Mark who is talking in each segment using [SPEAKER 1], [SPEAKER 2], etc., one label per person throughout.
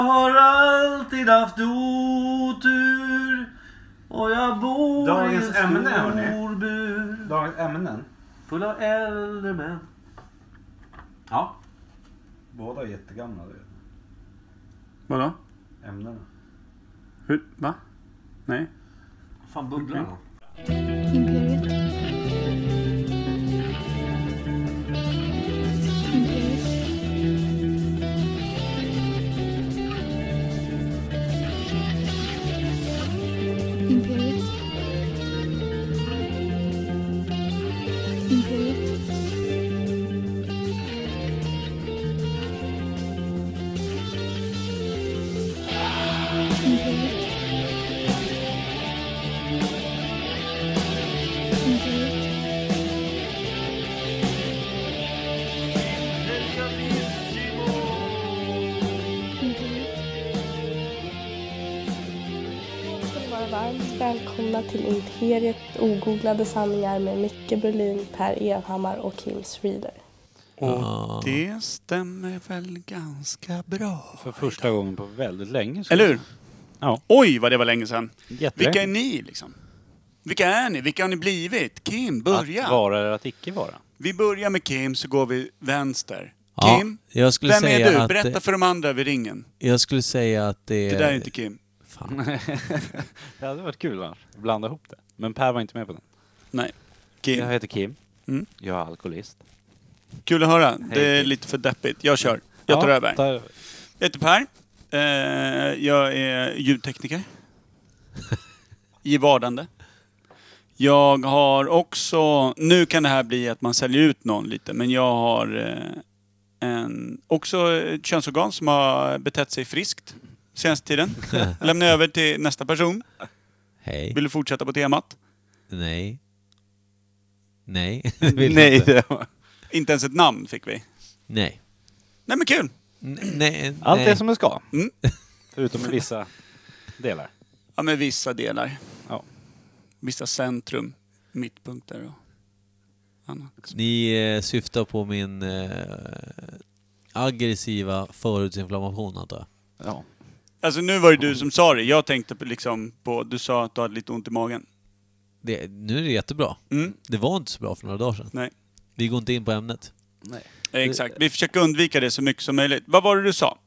[SPEAKER 1] Jag har alltid haft otur och jag bor
[SPEAKER 2] Dagens
[SPEAKER 1] i en
[SPEAKER 2] ämne,
[SPEAKER 1] stor
[SPEAKER 2] hörni.
[SPEAKER 1] bur
[SPEAKER 2] Dagens ämnen.
[SPEAKER 1] full av äldre män.
[SPEAKER 2] Ja. Båda är jättegamla.
[SPEAKER 1] Vadå?
[SPEAKER 2] Ämnena.
[SPEAKER 1] Hur? Va? Nej.
[SPEAKER 3] Fan bubblar han?
[SPEAKER 4] Imperiet. Imperiet. Imperiet. Imperiet.
[SPEAKER 5] Varmt välkomna till Imperiet ogooglade sanningar med Micke Berlin, Per Evhammar och Kim Schreeder.
[SPEAKER 1] Och det stämmer väl ganska bra.
[SPEAKER 3] För första gången på väldigt länge.
[SPEAKER 1] Eller hur?
[SPEAKER 3] Ja.
[SPEAKER 1] Oj, vad det var länge sedan.
[SPEAKER 3] Jättelänge.
[SPEAKER 1] Vilka är ni liksom? Vilka är ni? Vilka har ni blivit? Kim, börja.
[SPEAKER 3] Att vara eller att icke vara.
[SPEAKER 1] Vi börjar med Kim så går vi vänster.
[SPEAKER 6] Ja,
[SPEAKER 1] Kim,
[SPEAKER 6] jag skulle
[SPEAKER 1] vem
[SPEAKER 6] säga
[SPEAKER 1] är du?
[SPEAKER 6] att
[SPEAKER 1] Berätta för de andra vid ringen.
[SPEAKER 6] Jag skulle säga att det är...
[SPEAKER 1] Det där är inte Kim.
[SPEAKER 6] Fan.
[SPEAKER 3] Det hade varit kul annars. Blanda ihop det. Men Per var inte med på den.
[SPEAKER 1] Nej. Kim.
[SPEAKER 3] Jag heter Kim.
[SPEAKER 1] Mm.
[SPEAKER 3] Jag är alkoholist.
[SPEAKER 1] Kul att höra. Det är
[SPEAKER 3] Kim.
[SPEAKER 1] lite för deppigt. Jag kör. Jag tar över. Jag heter Per. Jag är ljudtekniker. I vardande. Jag har också... Nu kan det här bli att man säljer ut någon lite. Men jag har också ett könsorgan som har betett sig friskt senaste tiden. Lämnar över till nästa person.
[SPEAKER 6] Hej.
[SPEAKER 1] Vill du fortsätta på temat?
[SPEAKER 6] Nej. Nej. Vill
[SPEAKER 3] Nej,
[SPEAKER 6] inte.
[SPEAKER 3] det var...
[SPEAKER 1] Inte ens ett namn fick vi.
[SPEAKER 6] Nej.
[SPEAKER 1] Nej men kul!
[SPEAKER 6] Nej.
[SPEAKER 3] Allt
[SPEAKER 6] nej.
[SPEAKER 3] är som det ska.
[SPEAKER 1] Mm.
[SPEAKER 3] Förutom i vissa delar.
[SPEAKER 1] Ja men vissa delar.
[SPEAKER 3] Ja.
[SPEAKER 1] Vissa centrum, mittpunkter och annat.
[SPEAKER 6] Ni syftar på min aggressiva förutsinflammation, antar jag.
[SPEAKER 3] Ja.
[SPEAKER 1] Alltså nu var det du som sa det. Jag tänkte på liksom på... Du sa att du hade lite ont i magen.
[SPEAKER 6] Nu är det jättebra.
[SPEAKER 1] Mm.
[SPEAKER 6] Det var inte så bra för några dagar sedan.
[SPEAKER 1] Nej.
[SPEAKER 6] Vi går inte in på ämnet.
[SPEAKER 3] Nej.
[SPEAKER 1] Exakt. Vi försöker undvika det så mycket som möjligt. Vad var det du sa?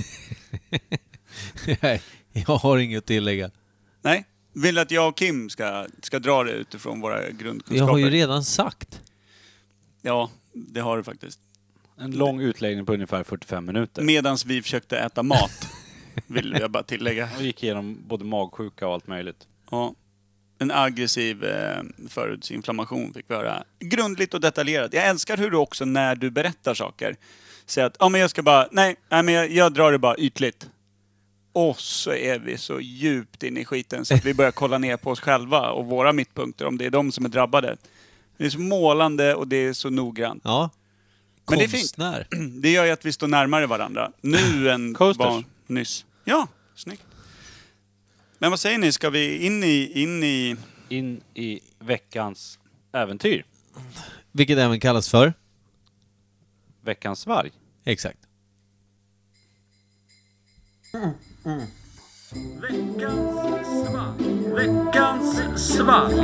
[SPEAKER 6] Nej, jag har inget att tillägga.
[SPEAKER 1] Nej? Vill att jag och Kim ska dra det utifrån våra grundkunskaper?
[SPEAKER 6] Jag har ju redan sagt.
[SPEAKER 1] Ja, det har du faktiskt.
[SPEAKER 3] En lång utläggning på ungefär 45 minuter.
[SPEAKER 1] Medans vi försökte äta mat. Vill jag bara tillägga.
[SPEAKER 3] Och gick igenom både magsjuka och allt möjligt.
[SPEAKER 1] Ja. En aggressiv förutsinflammation fick vi höra. Grundligt och detaljerat. Jag älskar hur du också när du berättar saker säger att men jag ska bara... Nej men jag drar det bara ytligt. Och så är vi så djupt in i skiten så att vi börjar kolla ner på oss själva och våra mittpunkter om det är de som är drabbade. Det är så målande och det är så noggrant.
[SPEAKER 6] Ja.
[SPEAKER 1] Men det är fint.
[SPEAKER 6] Konstnär.
[SPEAKER 1] Det gör ju att vi står närmare varandra nu än
[SPEAKER 3] Coasters.
[SPEAKER 1] var nyss. Ja, snyggt. Men vad säger ni? Ska vi
[SPEAKER 3] In i veckans äventyr.
[SPEAKER 6] Vilket även kallas för?
[SPEAKER 3] Veckans varg.
[SPEAKER 6] Exakt.
[SPEAKER 1] Veckans svalg.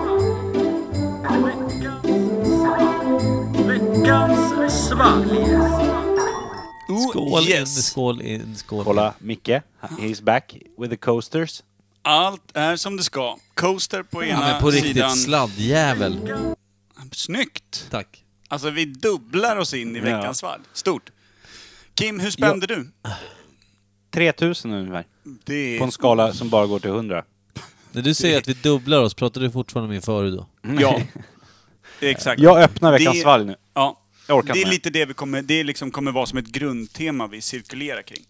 [SPEAKER 1] Veckans svalg.
[SPEAKER 6] Skål
[SPEAKER 1] Yes.
[SPEAKER 6] skål.
[SPEAKER 3] Kolla, Micke. He's back with the coasters.
[SPEAKER 1] Allt är som det ska. Coaster på ena
[SPEAKER 6] Men på
[SPEAKER 1] sidan.
[SPEAKER 6] riktigt sladdjävel.
[SPEAKER 1] Snyggt.
[SPEAKER 6] Tack.
[SPEAKER 1] Alltså vi dubblar oss in i veckans svalg. Stort. Kim, hur spände du?
[SPEAKER 3] 3000 ungefär.
[SPEAKER 1] Det
[SPEAKER 3] På en skala som bara går till 100.
[SPEAKER 6] När du säger att vi dubblar oss, pratar du fortfarande med förut då?
[SPEAKER 1] Ja. Exakt.
[SPEAKER 3] Jag öppnar veckans
[SPEAKER 1] Det-
[SPEAKER 3] svalg nu.
[SPEAKER 1] Ja.
[SPEAKER 3] Jag orkar
[SPEAKER 1] Det är
[SPEAKER 3] inte.
[SPEAKER 1] lite det vi kommer... Det liksom kommer vara som ett grundtema vi cirkulerar kring.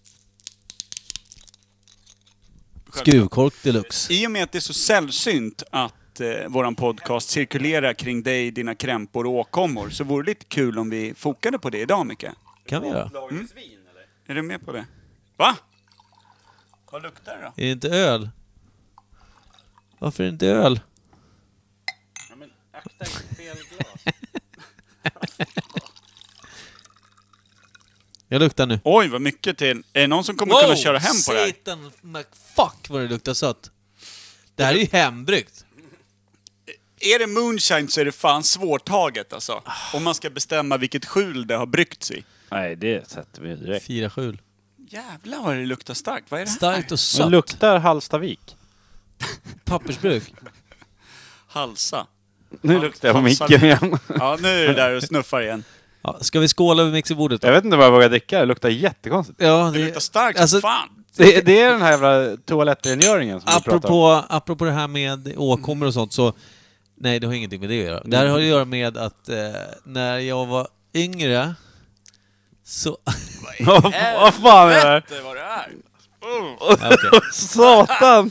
[SPEAKER 6] Skruvkork deluxe.
[SPEAKER 1] I och med att det är så sällsynt att våran podcast cirkulerar kring dig, dina krämpor och åkommor, så vore det lite kul om vi fokade på det idag, Micke.
[SPEAKER 6] Kan vi göra?
[SPEAKER 1] Är du med på det? Va? Vad luktar det då?
[SPEAKER 6] Är det inte öl? Varför är det inte öl?
[SPEAKER 3] Ja, men akta inte fel glas.
[SPEAKER 6] Jag luktar nu.
[SPEAKER 1] Oj, vad mycket till. Är det någon som kommer kunna köra hem på det här?
[SPEAKER 6] Satan, fuck vad det luktar sött. Det här är ju hembryggt.
[SPEAKER 1] Är det moonshine så är det fan svårtaget alltså. Om man ska bestämma vilket skjul det har bryggts i.
[SPEAKER 3] Nej, det sätter vi direkt.
[SPEAKER 6] 4 skjul.
[SPEAKER 1] Jävlar vad det luktar starkt. Vad är det här?
[SPEAKER 6] Starkt och
[SPEAKER 3] Det
[SPEAKER 6] sött.
[SPEAKER 3] luktar Hallstavik.
[SPEAKER 6] Pappersbruk.
[SPEAKER 1] Halsa.
[SPEAKER 3] Nu luktar jag på
[SPEAKER 1] Hallstavik.
[SPEAKER 3] micken igen.
[SPEAKER 1] Ja, nu är det där och snuffar igen.
[SPEAKER 6] Ja, ska vi skåla över mixerbordet då?
[SPEAKER 3] Jag vet inte vad jag vågar dricka. Det luktar jättekonstigt.
[SPEAKER 6] Ja,
[SPEAKER 1] Det luktar starkt
[SPEAKER 6] alltså,
[SPEAKER 1] som fan.
[SPEAKER 3] Det är den här jävla toalettrengöringen som vi pratar om.
[SPEAKER 6] apropå det här med åkommor och sånt så... Nej, det har ingenting med det att göra. Det här har att göra med att när jag var yngre så...
[SPEAKER 3] Vad fan är det här?
[SPEAKER 1] Helvete vad det är.
[SPEAKER 6] Okej.
[SPEAKER 3] Satan!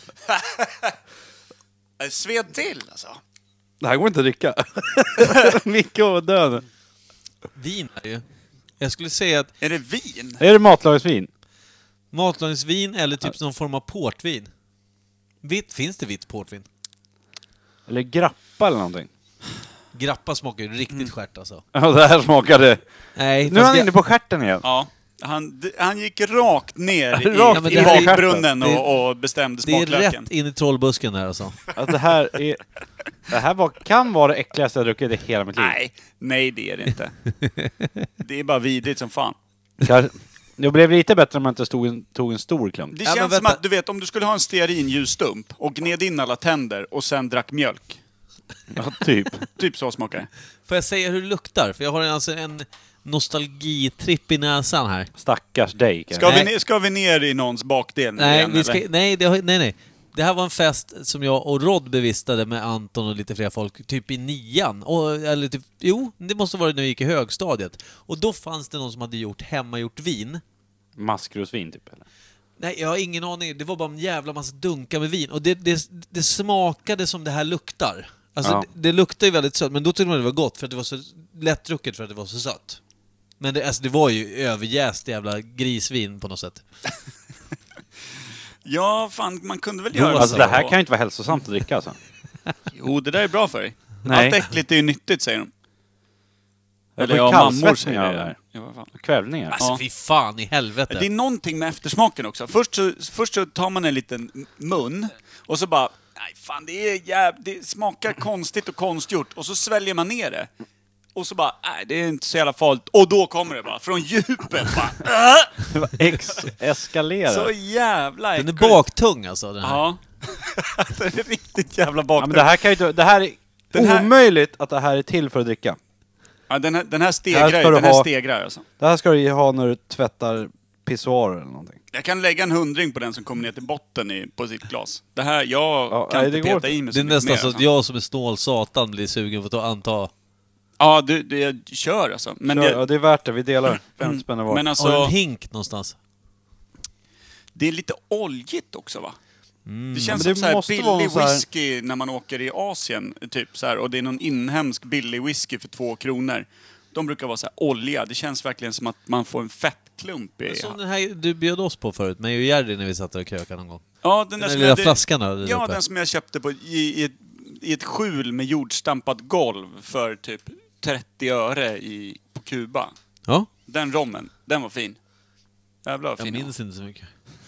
[SPEAKER 1] Det sved till alltså.
[SPEAKER 3] Det här går inte att dricka. Micke var död.
[SPEAKER 6] Vin är ju... Jag skulle säga att
[SPEAKER 1] Är det vin?
[SPEAKER 3] Är det matlagningsvin?
[SPEAKER 6] matlagningsvin eller typ någon form av portvin. Finns det vitt portvin?
[SPEAKER 3] Eller grappa eller någonting?
[SPEAKER 6] Grappa smakar ju riktigt skärt alltså.
[SPEAKER 3] Ja, det här smakade...
[SPEAKER 6] Nej,
[SPEAKER 3] Nu är han inne på stjärten igen.
[SPEAKER 1] Ja. Han gick rakt ner
[SPEAKER 3] Rakt
[SPEAKER 1] i
[SPEAKER 6] in i
[SPEAKER 1] bakbrunnen
[SPEAKER 6] det-
[SPEAKER 1] och bestämde
[SPEAKER 6] det är
[SPEAKER 1] smaklöken.
[SPEAKER 6] rätt in i trollbusken där alltså.
[SPEAKER 3] Att det här kan vara det äckligaste jag druckit i hela mitt liv.
[SPEAKER 1] Nej det är det inte. Det är bara vidrigt som fan.
[SPEAKER 3] Det blev lite bättre om man inte tog en stor klunk.
[SPEAKER 1] Det
[SPEAKER 6] Ja, men
[SPEAKER 1] känns som
[SPEAKER 6] vänta.
[SPEAKER 1] att, du vet, om du skulle ha en stearinljusstump och gned in alla tänder och sen drack mjölk.
[SPEAKER 3] Ja, typ.
[SPEAKER 1] Typ så smakar det.
[SPEAKER 6] Får jag säga hur det luktar? För jag har alltså en nostalgitripp i näsan här.
[SPEAKER 3] Stackars dig.
[SPEAKER 1] Ska vi ner i någons bakdel?
[SPEAKER 6] Nej,
[SPEAKER 1] igen,
[SPEAKER 6] vi ska,
[SPEAKER 1] eller?
[SPEAKER 6] nej. Det här var en fest som jag och Rod bevistade med Anton och lite fler folk, typ i 9:an. Eller typ, det måste vara när vi gick i högstadiet. Och då fanns det någon som hade gjort hemmagjort vin.
[SPEAKER 3] Maskrosvin typ eller?
[SPEAKER 6] Nej, jag har ingen aning. Det var bara en jävla massa dunkar med vin. Och det smakade som det här luktar. Alltså,
[SPEAKER 3] Ja.
[SPEAKER 6] det luktar ju väldigt sött. Men då tyckte man det var gott för att det var så lättdrucket för att det var så sött. Men det var ju överjäst jävla grisvin på något sätt.
[SPEAKER 1] Ja, fan, man kunde väl
[SPEAKER 6] Jo,
[SPEAKER 1] göra
[SPEAKER 3] Alltså
[SPEAKER 1] så.
[SPEAKER 3] det här kan ju inte vara hälsosamt att dricka alltså.
[SPEAKER 1] Jo, det där är bra för dig.
[SPEAKER 3] Nej.
[SPEAKER 1] Allt äckligt är ju nyttigt, säger de.
[SPEAKER 3] Jag
[SPEAKER 1] Eller
[SPEAKER 3] får
[SPEAKER 1] ja, mammor
[SPEAKER 3] kallsvettningar
[SPEAKER 1] säger
[SPEAKER 3] av
[SPEAKER 1] det.
[SPEAKER 3] det här.
[SPEAKER 1] Ja, vad fan.
[SPEAKER 3] Kvävningar.
[SPEAKER 6] Alltså
[SPEAKER 1] Ja.
[SPEAKER 6] fy fan i helvete.
[SPEAKER 1] Det är någonting med eftersmaken också. Först så tar man en liten mun och så bara, nej fan det smakar konstigt och konstgjort. Och så sväljer man ner det. Och så bara, nej det är inte så jävla farligt. Och då kommer det bara, från djupet bara.
[SPEAKER 3] Eskalerar.
[SPEAKER 1] Så jävla
[SPEAKER 6] Den är
[SPEAKER 1] äckligt.
[SPEAKER 6] baktung alltså. Den här.
[SPEAKER 1] Ja. Den är riktigt jävla
[SPEAKER 3] Ja,
[SPEAKER 1] baktung.
[SPEAKER 3] men det här kan ju inte... Det här är
[SPEAKER 1] Den här-
[SPEAKER 3] omöjligt att det här är till för att dricka.
[SPEAKER 1] Ja, den här
[SPEAKER 3] Det här
[SPEAKER 1] stegrar,
[SPEAKER 3] ska du
[SPEAKER 1] den här
[SPEAKER 3] ha-
[SPEAKER 1] stegrar alltså.
[SPEAKER 3] Det här ska du ju ha när du tvättar pissoarer eller någonting.
[SPEAKER 1] Jag kan lägga en 100 på den som kommer ner till botten på sitt glas. Det här, jag
[SPEAKER 3] Ja,
[SPEAKER 1] kan
[SPEAKER 3] nej,
[SPEAKER 1] inte
[SPEAKER 3] det går
[SPEAKER 1] peta
[SPEAKER 3] inte.
[SPEAKER 1] i mig
[SPEAKER 6] Det är
[SPEAKER 1] så mycket
[SPEAKER 6] nästan
[SPEAKER 1] mer,
[SPEAKER 6] så att
[SPEAKER 1] alltså.
[SPEAKER 6] jag som är snål satan blir sugen för att anta.
[SPEAKER 1] Ja, jag kör alltså. Men,
[SPEAKER 3] Ja, det är värt det. Vi delar 5 spänn var.
[SPEAKER 1] men
[SPEAKER 6] Har du
[SPEAKER 1] alltså,
[SPEAKER 6] en hink någonstans?
[SPEAKER 1] det är lite oljigt också va? Det
[SPEAKER 3] men
[SPEAKER 1] känns
[SPEAKER 3] det
[SPEAKER 1] som så här
[SPEAKER 3] måste vara
[SPEAKER 1] billig
[SPEAKER 3] så här-
[SPEAKER 1] whisky när man åker i Asien, typ så här, och det är någon inhemsk billig whisky för 2 kronor. De brukar vara så här olja. Det känns verkligen som att man får en fettklump i.
[SPEAKER 6] Som den här du bjöd oss på förut, mig och Jerry när vi satt där och krökade någon gång.
[SPEAKER 1] Ja,
[SPEAKER 6] Den där lilla flaskan där
[SPEAKER 1] Ja,
[SPEAKER 6] uppe.
[SPEAKER 1] den som jag köpte i ett skjul med jordstampat golv för typ 30 öre på Kuba.
[SPEAKER 6] Ja,
[SPEAKER 1] Den rommen, den var fin. Jävlar vad
[SPEAKER 6] jag
[SPEAKER 1] fin.
[SPEAKER 6] minns inte så mycket.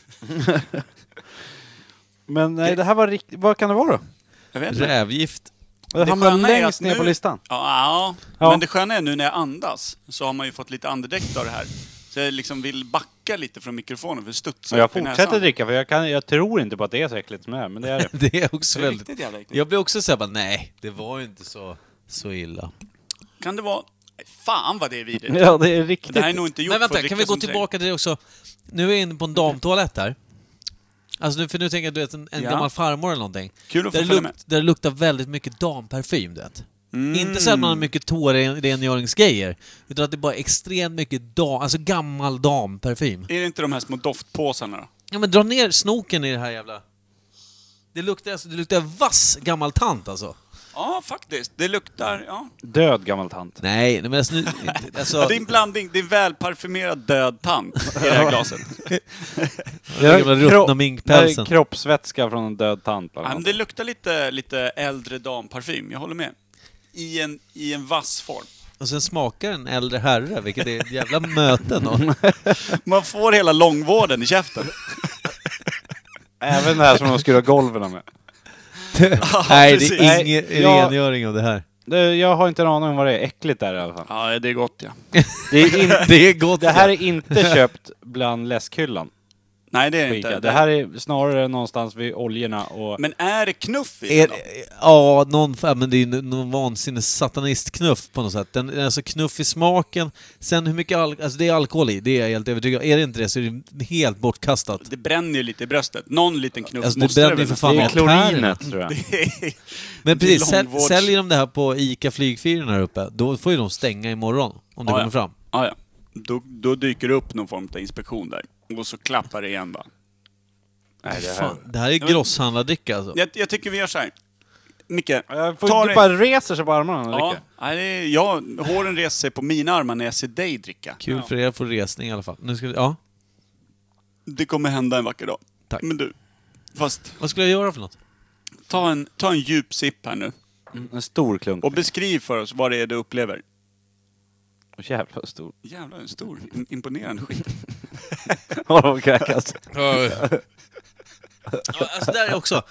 [SPEAKER 3] Men nej, det här var riktigt... Vad kan det vara då?
[SPEAKER 1] Jag vet inte.
[SPEAKER 6] Rävgift.
[SPEAKER 3] Det hamnar
[SPEAKER 1] sköna är
[SPEAKER 3] längst
[SPEAKER 1] att
[SPEAKER 3] ner på
[SPEAKER 1] nu-
[SPEAKER 3] listan.
[SPEAKER 1] Ja,
[SPEAKER 3] Ja.
[SPEAKER 1] men det sköna är nu när jag andas så har man ju fått lite andedräkt av det här. Så jag liksom vill backa lite från mikrofonen för att studsa
[SPEAKER 3] Och jag
[SPEAKER 1] upp i näsan.
[SPEAKER 3] fortsätter dricka för jag tror inte på att det är så äckligt som det är, men det är det.
[SPEAKER 6] Det är också
[SPEAKER 1] Det är
[SPEAKER 6] väldigt...
[SPEAKER 1] riktigt jävla äckligt.
[SPEAKER 6] Jag blir också såhär bara, nej, det var ju inte så illa.
[SPEAKER 1] Kan det vara... Fan vad det är vidrigt.
[SPEAKER 3] Ja, det är riktigt.
[SPEAKER 1] Det här är nog inte gjort
[SPEAKER 6] Men
[SPEAKER 1] för att
[SPEAKER 6] vänta,
[SPEAKER 1] dricka
[SPEAKER 6] kan vi gå
[SPEAKER 1] som
[SPEAKER 6] tillbaka till det också? Nu är jag inne på en damtoalett här. Alltså nu tänker jag, du vet, en
[SPEAKER 1] Ja.
[SPEAKER 6] gammal farmor eller någonting.
[SPEAKER 1] Kul att få
[SPEAKER 6] Där
[SPEAKER 1] följa med.
[SPEAKER 6] där det luktar väldigt mycket damparfym, du vet.
[SPEAKER 1] Mm.
[SPEAKER 6] Inte så att man har mycket tårengöringsgrejer, utan att det bara är extremt mycket alltså gammal damparfym.
[SPEAKER 1] Är det inte de här små doftpåsarna då?
[SPEAKER 6] Ja men dra ner snoken i det här jävla... Det luktar vass gammal tant alltså.
[SPEAKER 1] Ja, faktiskt. Det luktar... Ja.
[SPEAKER 3] Död gammal tant.
[SPEAKER 6] Nej, men alltså, alltså
[SPEAKER 1] Ja, det är en blandning. Det är välparfymerad död tant i det här glaset.
[SPEAKER 6] den gamla ruttna minkpälsen.
[SPEAKER 3] Det är kroppsvätska från en död tant.
[SPEAKER 1] Ja, men det luktar lite äldre damparfym, jag håller med. I en vass form.
[SPEAKER 6] Och sen smakar en äldre herre, vilket är ett jävla möte då.
[SPEAKER 1] Man får hela långvården i käften.
[SPEAKER 3] Även det här som de skulle ha golven med.
[SPEAKER 6] Nej,
[SPEAKER 1] precis.
[SPEAKER 6] det är ingen rengöring av det här.
[SPEAKER 3] Jag har inte en aning om vad det är. Äckligt där i alla fall.
[SPEAKER 1] Ja, det är gott ja.
[SPEAKER 6] Det är gott.
[SPEAKER 3] Det här är inte köpt bland läskhyllan.
[SPEAKER 1] Nej, det är det inte.
[SPEAKER 3] Det här är snarare någonstans vid oljorna och...
[SPEAKER 1] Men är det knuff i den då?
[SPEAKER 6] Ja, men det är någon vansinnig satanistknuff på något sätt. Den, alltså knuff i smaken. Sen hur mycket alltså det är alkohol i, det är jag helt övertygad. Är det inte det så är det helt bortkastat.
[SPEAKER 1] Det bränner ju lite i bröstet. Någon liten knuff
[SPEAKER 6] Alltså,
[SPEAKER 1] måste
[SPEAKER 6] det
[SPEAKER 1] det
[SPEAKER 6] bränner
[SPEAKER 1] väl.
[SPEAKER 6] ju för fan
[SPEAKER 3] det är
[SPEAKER 6] artärerna.
[SPEAKER 3] klorinet, tror jag.
[SPEAKER 6] Men
[SPEAKER 1] det är
[SPEAKER 6] precis,
[SPEAKER 1] långvårds-
[SPEAKER 6] säljer de det här på ICA flygfyren här uppe, då får ju de stänga imorgon om det
[SPEAKER 1] Ja,
[SPEAKER 6] kommer
[SPEAKER 1] ja.
[SPEAKER 6] fram.
[SPEAKER 1] Ja, ja. Då dyker det upp någon form av inspektion där. Och så klappar det igen bara.
[SPEAKER 3] Nej,
[SPEAKER 6] Fan, det här är grosshandlardricka alltså.
[SPEAKER 1] Jag tycker vi gör så här. Micke,
[SPEAKER 3] Jag får
[SPEAKER 1] ta
[SPEAKER 3] du
[SPEAKER 1] det.
[SPEAKER 3] bara reser sig på armarna.
[SPEAKER 1] Ja, nej, håren reser sig på mina armar när jag ser dig dricka.
[SPEAKER 6] Kul för er att få resning i alla fall. Nu ska vi, ja,
[SPEAKER 1] Det kommer hända en vacker dag.
[SPEAKER 6] Tack.
[SPEAKER 1] Men du, fast
[SPEAKER 6] vad skulle jag göra för något?
[SPEAKER 1] ta en djup sipp här nu.
[SPEAKER 3] En stor klunk.
[SPEAKER 1] Och beskriv för oss vad det är du upplever.
[SPEAKER 3] Jävla stor.
[SPEAKER 1] Jävlar, en stor, imponerande skit.
[SPEAKER 3] Har de kräkas?
[SPEAKER 6] Ja, alltså där är också.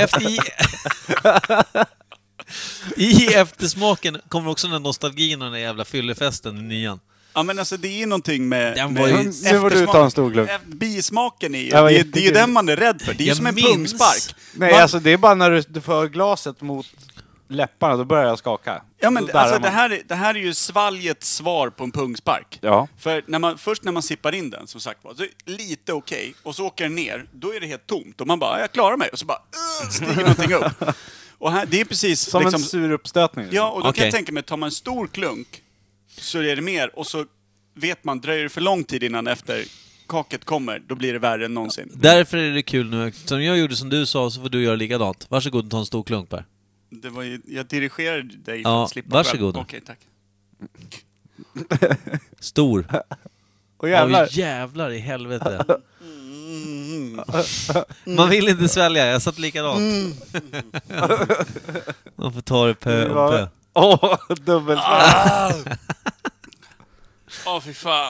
[SPEAKER 6] I eftersmaken kommer också den här nostalgin och den jävla fyllefesten i nian.
[SPEAKER 1] Ja, men alltså det är någonting med...
[SPEAKER 6] Den
[SPEAKER 1] med
[SPEAKER 6] var ju-
[SPEAKER 3] Nu får du ta en stor glögg.
[SPEAKER 1] Bismaken är ju...
[SPEAKER 3] Ja, vad
[SPEAKER 1] det är ju
[SPEAKER 3] jättekul.
[SPEAKER 1] den man är rädd för. Det är ju
[SPEAKER 6] Jag
[SPEAKER 1] som en
[SPEAKER 6] minns-
[SPEAKER 1] pungspark.
[SPEAKER 3] Nej,
[SPEAKER 1] Man-
[SPEAKER 3] alltså det är bara när du för glaset mot läpparna, då börjar jag skaka.
[SPEAKER 1] Ja, men
[SPEAKER 3] Då darrar
[SPEAKER 1] alltså,
[SPEAKER 3] man.
[SPEAKER 1] det här är ju svaljets svar på en pungspark.
[SPEAKER 3] Ja.
[SPEAKER 1] För först när man sippar in den, som sagt var, så är det lite okej, och så åker den ner, då är det helt tomt. Och man bara, jag klarar mig. Och så bara, stiger någonting upp. Och här, det är precis
[SPEAKER 3] Som
[SPEAKER 1] liksom...
[SPEAKER 3] en sur uppstötning.
[SPEAKER 1] Ja, och då kan
[SPEAKER 6] Okej.
[SPEAKER 1] jag tänka mig, tar man en stor klunk så är det mer, och så vet man, dröjer det för lång tid innan efter kaket kommer, då blir det värre än någonsin.
[SPEAKER 6] Därför är det kul nu. Som jag gjorde som du sa så får du göra likadant. Varsågod och ta en stor klunk Per.
[SPEAKER 1] Det var ju, jag dirigerade dig för
[SPEAKER 6] Ja,
[SPEAKER 1] att slippa
[SPEAKER 6] varsågod.
[SPEAKER 1] själv. Okej, tack.
[SPEAKER 6] Stor.
[SPEAKER 3] Och jävlar.
[SPEAKER 6] Åh, jävlar i helvete. Man vill inte svälja, jag satt likadant. Man får ta det pö om pö.
[SPEAKER 3] Dubbelsvart.
[SPEAKER 1] Fy fan.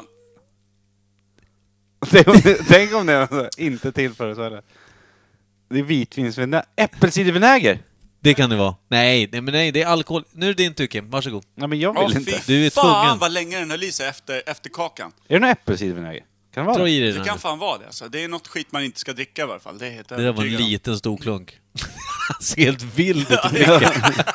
[SPEAKER 3] Tänk om det var inte tillför så är det. Det är vitvinsvinäger. Äppelcidervinäger.
[SPEAKER 6] Det kan det vara. Nej, det är alkohol. Nu är det din tur Kim, varsågod.
[SPEAKER 3] Nej, men jag vill inte.
[SPEAKER 6] Du är
[SPEAKER 1] fan
[SPEAKER 6] tvungen.
[SPEAKER 1] vad länge den höll i sig efter kakan.
[SPEAKER 3] Är det någon äppelcidervinäger? Kan det vara
[SPEAKER 6] Dra
[SPEAKER 3] det?
[SPEAKER 6] i dig
[SPEAKER 1] Det
[SPEAKER 6] den
[SPEAKER 1] kan
[SPEAKER 6] här.
[SPEAKER 1] fan vara det alltså. Det är något skit man inte ska dricka i alla fall. Det är helt
[SPEAKER 6] Det där var en
[SPEAKER 1] övertygad om.
[SPEAKER 6] liten stor klunk. Han ser helt vild ut i blicken.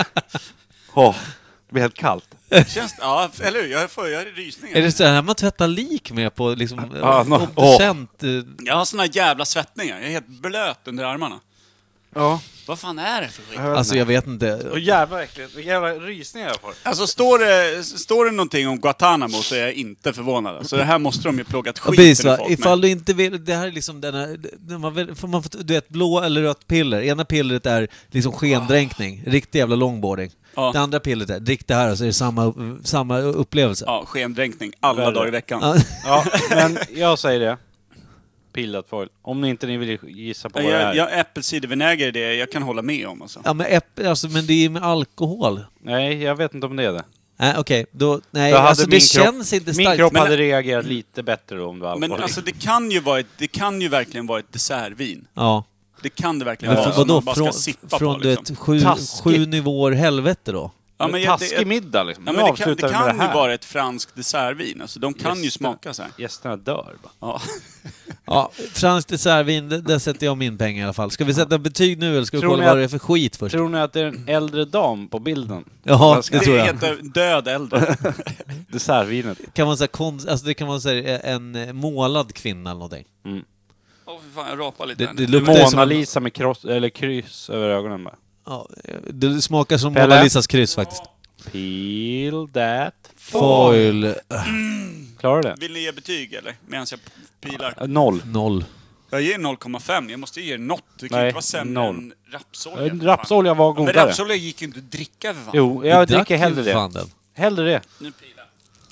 [SPEAKER 3] Åh, det blir helt kallt.
[SPEAKER 1] Känns, ja, eller hur? Jag har rysningar.
[SPEAKER 6] Är det så här man tvättar lik med på liksom
[SPEAKER 3] Ja,
[SPEAKER 6] obducent?
[SPEAKER 1] Jag har såna jävla svettningar. Jag är helt blöt under armarna.
[SPEAKER 3] Ja.
[SPEAKER 1] Vad fan är det för skit?
[SPEAKER 6] Alltså jag vet inte.
[SPEAKER 3] Och jävla äckligt. Vilka jävla rysningar jag får.
[SPEAKER 1] Alltså står det någonting om Guantanamo så är jag inte förvånad. Alltså det här måste de ju plågat skiten
[SPEAKER 6] Precis
[SPEAKER 1] ur
[SPEAKER 6] va,
[SPEAKER 1] folk
[SPEAKER 6] ifall
[SPEAKER 1] med.
[SPEAKER 6] du inte vill, det här är liksom den här, får man får, du vet, blå eller rött piller. Ena pillret är liksom skendränkning, riktig jävla longboarding.
[SPEAKER 1] Ja.
[SPEAKER 6] Det andra pillret är, drick det här så är det samma upplevelse.
[SPEAKER 1] Ja, skendränkning alla
[SPEAKER 3] Värre.
[SPEAKER 1] dagar i veckan.
[SPEAKER 6] Ja.
[SPEAKER 3] Ja, men jag säger det. Pillat foil. Om ni inte vill gissa på vad det är.
[SPEAKER 1] Äppelcidervinäger är det jag kan hålla med om alltså.
[SPEAKER 6] Ja men men det är med alkohol.
[SPEAKER 3] Nej, jag vet inte om det är det.
[SPEAKER 6] Nej okej, då, nej
[SPEAKER 3] Då hade
[SPEAKER 6] alltså det
[SPEAKER 3] min kropp-
[SPEAKER 6] känns inte
[SPEAKER 3] Min
[SPEAKER 6] starkt.
[SPEAKER 3] kropp
[SPEAKER 1] Men-
[SPEAKER 3] hade reagerat lite bättre då om det var alkohol.
[SPEAKER 1] Men alltså det kan ju verkligen vara ett dessertvin.
[SPEAKER 6] Ja.
[SPEAKER 1] Det kan det verkligen
[SPEAKER 6] Men
[SPEAKER 1] vara.
[SPEAKER 6] för vadå?
[SPEAKER 1] Som man bara ska
[SPEAKER 6] Från,
[SPEAKER 1] sippa
[SPEAKER 6] från
[SPEAKER 1] på
[SPEAKER 6] du
[SPEAKER 1] liksom.
[SPEAKER 6] vet,
[SPEAKER 3] Taskigt.
[SPEAKER 6] 7 nivåer helvete då?
[SPEAKER 1] Ja, men jag-
[SPEAKER 3] taskig middag liksom.
[SPEAKER 1] Ja,
[SPEAKER 3] Nu
[SPEAKER 1] men det
[SPEAKER 3] avslutar vi med
[SPEAKER 1] kan
[SPEAKER 3] det
[SPEAKER 1] ju
[SPEAKER 3] här.
[SPEAKER 1] vara ett franskt dessertvin. Alltså, de kan ju
[SPEAKER 3] Gästerna-
[SPEAKER 1] smaka så här.
[SPEAKER 3] Gästerna dör bara.
[SPEAKER 1] Ja.
[SPEAKER 6] Ja, franskt dessertvin, där sätter jag min peng i alla fall. Ska vi sätta betyg nu eller ska vi
[SPEAKER 3] Tror
[SPEAKER 6] kolla
[SPEAKER 3] ni
[SPEAKER 6] vad
[SPEAKER 3] att-
[SPEAKER 6] det är för skit först?
[SPEAKER 3] Tror ni att det är en äldre dam på bilden?
[SPEAKER 6] Ja,
[SPEAKER 3] Jag ska-
[SPEAKER 6] det
[SPEAKER 1] Det
[SPEAKER 6] tror
[SPEAKER 1] är
[SPEAKER 6] jag.
[SPEAKER 1] helt död äldre.
[SPEAKER 3] Dessertvinet.
[SPEAKER 6] Kan man säga alltså det kan man säga en målad kvinna eller någonting.
[SPEAKER 1] Åh fy fan, jag rapar lite här
[SPEAKER 6] Det
[SPEAKER 1] nu.
[SPEAKER 6] luktar ju som
[SPEAKER 3] Mona
[SPEAKER 6] en,
[SPEAKER 3] Lisa med kryss över ögonen bara.
[SPEAKER 6] ja, det smakar som
[SPEAKER 3] Pelle?
[SPEAKER 6] Mona Lisas kryss faktiskt.
[SPEAKER 3] Peel that
[SPEAKER 6] Foil
[SPEAKER 3] Klarar du det?
[SPEAKER 1] Vill ni ge betyg eller? Medan jag pilar.
[SPEAKER 3] 0.
[SPEAKER 6] 0.
[SPEAKER 1] Jag ger 0,5. Jag måste ge något. Det kan
[SPEAKER 3] Nej,
[SPEAKER 1] inte vara sämre
[SPEAKER 3] 0.
[SPEAKER 1] än rapsolja. för fan.
[SPEAKER 3] Rapsolja var
[SPEAKER 1] Men
[SPEAKER 3] godare.
[SPEAKER 1] rapsolja gick ju inte att dricka för fan.
[SPEAKER 3] Jo, jag dricker hellre det.
[SPEAKER 6] Fan den.
[SPEAKER 3] Hellre det.
[SPEAKER 1] Nu pilar.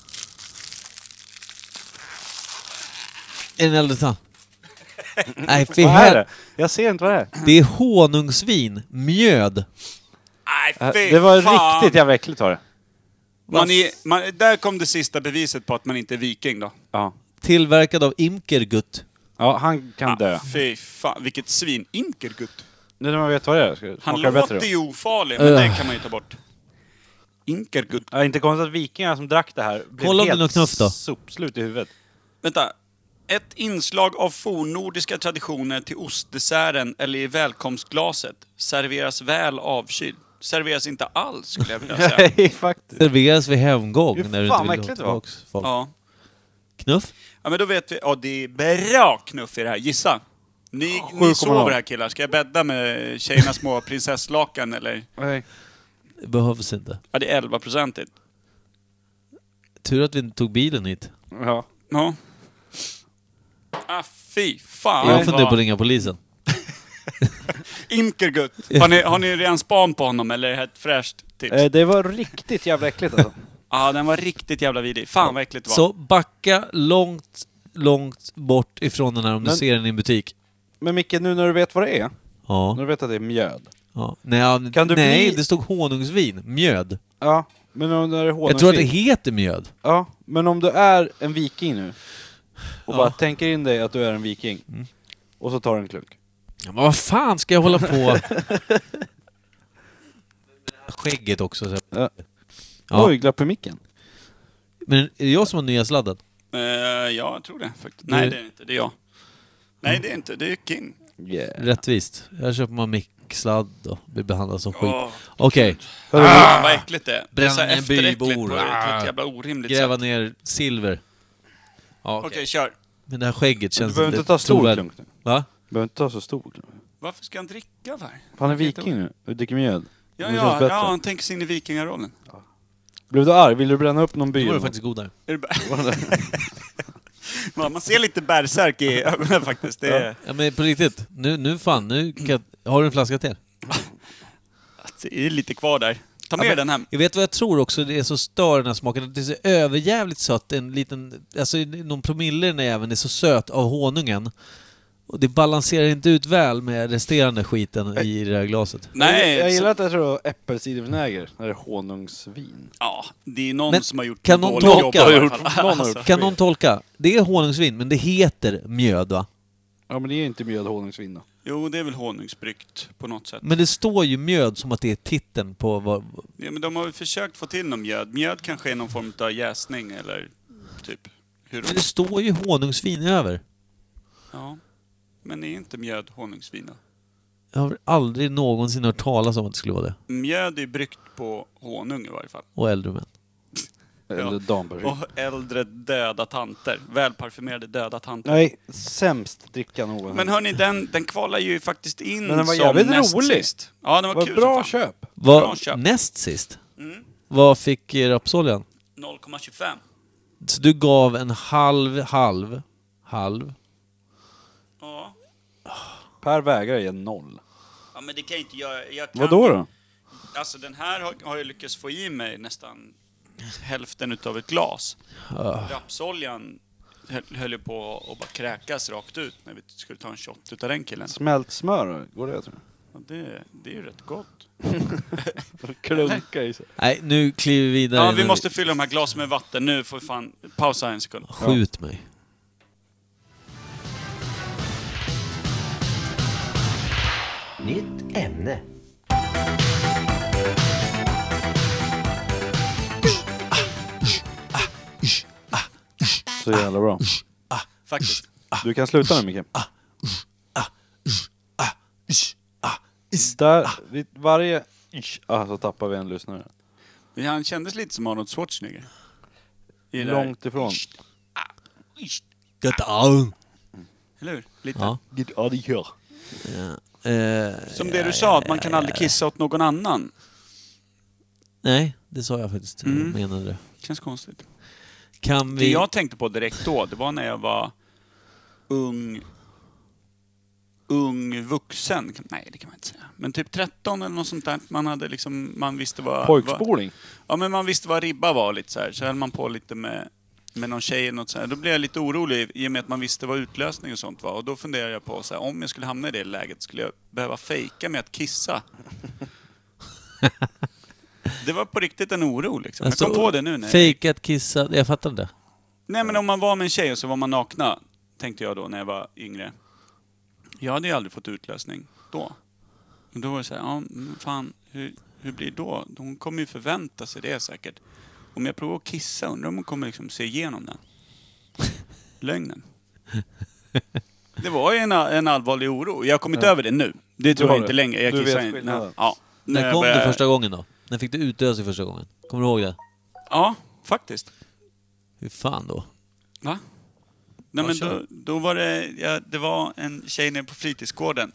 [SPEAKER 6] En äldre tant. Nej, för
[SPEAKER 3] Vad är
[SPEAKER 6] hel...
[SPEAKER 3] det? Jag ser inte vad det är.
[SPEAKER 6] Det är honungsvin, mjöd.
[SPEAKER 1] Nej, fy
[SPEAKER 3] Det var
[SPEAKER 1] fan.
[SPEAKER 3] riktigt jävla äckligt var det.
[SPEAKER 1] Där kom det sista beviset på att man inte är viking då.
[SPEAKER 3] Ja.
[SPEAKER 6] Tillverkad av Imkergut.
[SPEAKER 3] Ja, han kan dö.
[SPEAKER 1] Fy fan, vilket svin. Inkergut.
[SPEAKER 3] Nu när man vet vad det är, ska
[SPEAKER 1] Han
[SPEAKER 3] smaka bättre
[SPEAKER 1] låter
[SPEAKER 3] då.
[SPEAKER 1] ju ofarlig, men det kan man ju ta bort. Inkergut.
[SPEAKER 3] Ja, inte konstigt att vikingar som drack det här blev
[SPEAKER 6] Kolla om det är
[SPEAKER 3] helt
[SPEAKER 6] något knuff då.
[SPEAKER 3] sopslut i huvudet.
[SPEAKER 1] Vänta. Ett inslag av fornnordiska traditioner till ostdesserten eller i välkomstglaset serveras väl avkyld. Serveras inte alls, skulle jag vilja säga.
[SPEAKER 3] Nej, faktiskt.
[SPEAKER 6] Serveras vid hemgång
[SPEAKER 3] Fy
[SPEAKER 6] när du
[SPEAKER 3] fan,
[SPEAKER 6] inte
[SPEAKER 3] vad
[SPEAKER 6] vill ha
[SPEAKER 3] äckligt det var.
[SPEAKER 6] tillbaks folk.
[SPEAKER 1] Ja.
[SPEAKER 6] Knuff?
[SPEAKER 1] Ja, men då vet vi. Ja, det är bra knuff i det här. Gissa. Ni
[SPEAKER 3] 7,0.
[SPEAKER 1] sover här killar. Ska jag bädda med tjejernas små prinsesslakan eller?
[SPEAKER 3] Nej.
[SPEAKER 6] Det behövs inte.
[SPEAKER 1] Ja, det är 11%.
[SPEAKER 6] Tur att vi inte tog bilen hit.
[SPEAKER 3] Ja.
[SPEAKER 1] Ja. Ah, fy fan.
[SPEAKER 6] Jag funderar på att ringa polisen.
[SPEAKER 1] Imkergut. Har ni redan span på honom eller är det ett fräscht tips?
[SPEAKER 3] Det var riktigt jävla äckligt alltså.
[SPEAKER 1] Ja, den var riktigt jävla vidrig. Fan vad äckligt det var.
[SPEAKER 6] Så backa långt bort ifrån den här om du
[SPEAKER 3] Men-
[SPEAKER 6] ser den i en butik.
[SPEAKER 3] Men Micke, nu när du vet vad det är,
[SPEAKER 6] Ja.
[SPEAKER 3] när du vet att det är mjöd.
[SPEAKER 6] Ja. Nej,
[SPEAKER 3] Kan du
[SPEAKER 6] nej
[SPEAKER 3] bli-
[SPEAKER 6] det stod honungsvin. Mjöd.
[SPEAKER 3] Ja, men om det är honungsvin.
[SPEAKER 6] Jag tror att det heter mjöd.
[SPEAKER 3] Ja, men om du är en viking nu och
[SPEAKER 6] Ja.
[SPEAKER 3] bara tänker in dig att du är en viking och så tar du en klunk.
[SPEAKER 6] Ja, men vad fan ska jag hålla på? Skägget också. Så.
[SPEAKER 3] Ja.
[SPEAKER 6] Ja.
[SPEAKER 3] Oj, glapp i micken.
[SPEAKER 6] Men är det jag som har nya sladden?
[SPEAKER 1] Ja, jag tror det faktiskt. Nej, det är inte. Det är jag. Nej, det är inte. Det är King.
[SPEAKER 3] Yeah.
[SPEAKER 6] Rättvist. Jag köper man micksladd och blir behandlad som skit.
[SPEAKER 1] Åh,
[SPEAKER 6] Okej,
[SPEAKER 1] vad äckligt det är. Det är så här
[SPEAKER 6] Bränna en
[SPEAKER 1] efteräckligt
[SPEAKER 6] bybor.
[SPEAKER 1] på ett jävla orimligt
[SPEAKER 6] gräva
[SPEAKER 1] sätt.
[SPEAKER 6] ner silver. Ja,
[SPEAKER 1] Okej,
[SPEAKER 6] okej.
[SPEAKER 1] kör.
[SPEAKER 6] Men det här skägget
[SPEAKER 3] Du
[SPEAKER 6] känns
[SPEAKER 3] behöver inte ta stor
[SPEAKER 6] trovärdigt.
[SPEAKER 3] klunk nu.
[SPEAKER 6] Va?
[SPEAKER 3] Du behöver inte ta så stor klunk.
[SPEAKER 1] Varför ska han dricka för?
[SPEAKER 3] Han är viking nu och dricker mjöd.
[SPEAKER 1] Ja,
[SPEAKER 3] Det känns
[SPEAKER 1] ja,
[SPEAKER 3] bättre.
[SPEAKER 1] ja, han tänker sig in i vikingarollen.
[SPEAKER 3] Blev du arg? Vill du bränna upp någon by?
[SPEAKER 6] Då var det
[SPEAKER 3] eller
[SPEAKER 6] faktiskt godare.
[SPEAKER 1] Är det Ja, man ser lite bärsärk i ögonen faktiskt. Det är,
[SPEAKER 6] Ja men på riktigt, nu kan, har du en flaska till?
[SPEAKER 1] det är lite kvar där. Ta med den hem.
[SPEAKER 6] Jag vet vad jag tror också, det är så stör den här smaken, att det är så överjävligt sött, en liten, alltså någon promille i den även är så söt av honungen. Och det balanserar inte ut väl med resterande skiten i det här glaset.
[SPEAKER 1] Nej,
[SPEAKER 3] Jag gillar
[SPEAKER 1] så,
[SPEAKER 3] att jag tror äppelcidervinäger när det är honungsvin.
[SPEAKER 1] ja, det är någon
[SPEAKER 6] Men
[SPEAKER 1] som har gjort
[SPEAKER 6] kan
[SPEAKER 1] något
[SPEAKER 6] någon
[SPEAKER 1] dåligt
[SPEAKER 6] tolka?
[SPEAKER 1] jobb i alla fall.
[SPEAKER 3] Någon har gjort.
[SPEAKER 1] Alltså.
[SPEAKER 6] Kan någon tolka? Det är honungsvin, men det heter mjöd va?
[SPEAKER 3] Ja, men det är inte mjöd honungsvin då.
[SPEAKER 1] Jo, det är väl honungsbryggt på något sätt.
[SPEAKER 6] Men det står ju mjöd som att det är titeln på vad...
[SPEAKER 1] Ja, men de har väl försökt få till någon mjöd. Mjöd kanske är någon form av jäsning eller typ hur
[SPEAKER 6] Men det står ju honungsvin över.
[SPEAKER 1] Ja. Men är inte mjöd honungsvin då?
[SPEAKER 6] Jag har aldrig någonsin hört talas om att det skulle vara det.
[SPEAKER 1] Mjöd är bryggt på honung i varje fall.
[SPEAKER 6] Och äldre män.
[SPEAKER 3] Eller dampersin.
[SPEAKER 1] Och äldre döda tanter. Välparfymerade döda tanter.
[SPEAKER 3] Nej, sämst dricka någon.
[SPEAKER 1] Men hörni, den kvalar ju faktiskt in
[SPEAKER 3] Men den var
[SPEAKER 1] som
[SPEAKER 3] jävligt
[SPEAKER 1] näst
[SPEAKER 3] rolig.
[SPEAKER 1] sist. Ja, den var
[SPEAKER 3] Vad
[SPEAKER 1] kul
[SPEAKER 3] bra
[SPEAKER 1] som fan.
[SPEAKER 3] köp.
[SPEAKER 1] Bra
[SPEAKER 6] Vad,
[SPEAKER 1] köp.
[SPEAKER 6] näst sist?
[SPEAKER 1] Mm.
[SPEAKER 6] Vad fick Rapsoljan?
[SPEAKER 1] 0,25.
[SPEAKER 6] Så du gav en halv.
[SPEAKER 1] Ja.
[SPEAKER 3] Per vägrar ge 0.
[SPEAKER 1] Ja, men det kan jag inte göra. Jag kan,
[SPEAKER 3] Vadå då?
[SPEAKER 1] Alltså den här har jag lyckats få i mig nästan hälften utav ett glas. Rapsoljan höll ju på att bara kräkas rakt ut när vi skulle ta en shot utav den killen.
[SPEAKER 3] Smält smör då? Går det tror
[SPEAKER 1] Ja, det är ju rätt gott.
[SPEAKER 3] jag? Klunka i sig.
[SPEAKER 6] Nej, nu kliver vi vidare.
[SPEAKER 1] Ja, vi måste fylla de här glasen med vatten. Nu får vi fan pausa en sekund.
[SPEAKER 6] Skjut mig.
[SPEAKER 7] Nytt ämne.
[SPEAKER 3] Så jävla bra.
[SPEAKER 1] Faktiskt.
[SPEAKER 3] Du kan sluta nu Micke. Där, vid varje så tappar vi en lyssnare.
[SPEAKER 1] Men han kändes lite som Arnold Schwarzenegger. I det där.
[SPEAKER 3] Långt ifrån.
[SPEAKER 6] Get out.
[SPEAKER 1] Eller hur? Lite.
[SPEAKER 6] Ja.
[SPEAKER 3] Get out of here.
[SPEAKER 1] Som det du sa, att man kan aldrig kissa åt någon annan.
[SPEAKER 6] Nej, det sa jag faktiskt. Jag menade det.
[SPEAKER 1] Känns konstigt.
[SPEAKER 6] Kan
[SPEAKER 1] Det
[SPEAKER 6] vi...
[SPEAKER 1] jag tänkte på direkt då, det var när jag var ung vuxen. Nej, det kan man inte säga. Men typ 13 eller något sånt där. Man hade liksom, man visste vad...
[SPEAKER 3] Pojkspoling.
[SPEAKER 1] Ja, men man visste vad ribba var lite så här. Så höll man på lite med någon tjej eller något så här. Då blev jag lite orolig i och med att man visste vad utlösning och sånt var. Och då funderade jag på så här, om jag skulle hamna i det läget skulle jag behöva fejka med att kissa. Det var på riktigt en oro liksom.
[SPEAKER 6] Alltså,
[SPEAKER 1] jag kom på det nu.
[SPEAKER 6] Fejkat, kissat, jag fattar inte.
[SPEAKER 1] Nej, men om man var med en tjej och så var man nakna, tänkte jag då när jag var yngre. Jag hade ju aldrig fått utlösning då. Och då var det så här, ja, men fan, hur blir det då? Hon kommer ju förvänta sig det säkert. Om jag provar att kissa, undrar om hon kommer liksom se igenom den. Lögnen. Det var ju en allvarlig oro. Jag har kommit över det nu. Det tror jag inte längre. Jag
[SPEAKER 2] du
[SPEAKER 1] kissar
[SPEAKER 2] vet skillnaden.
[SPEAKER 1] ja.
[SPEAKER 6] När kom du första gången då? När fick du utlösning första gången? Kommer du ihåg det?
[SPEAKER 1] Ja, faktiskt.
[SPEAKER 6] Hur fan då?
[SPEAKER 1] Va? Nej, men då var det... Ja, det var en tjej nere på fritidsgården.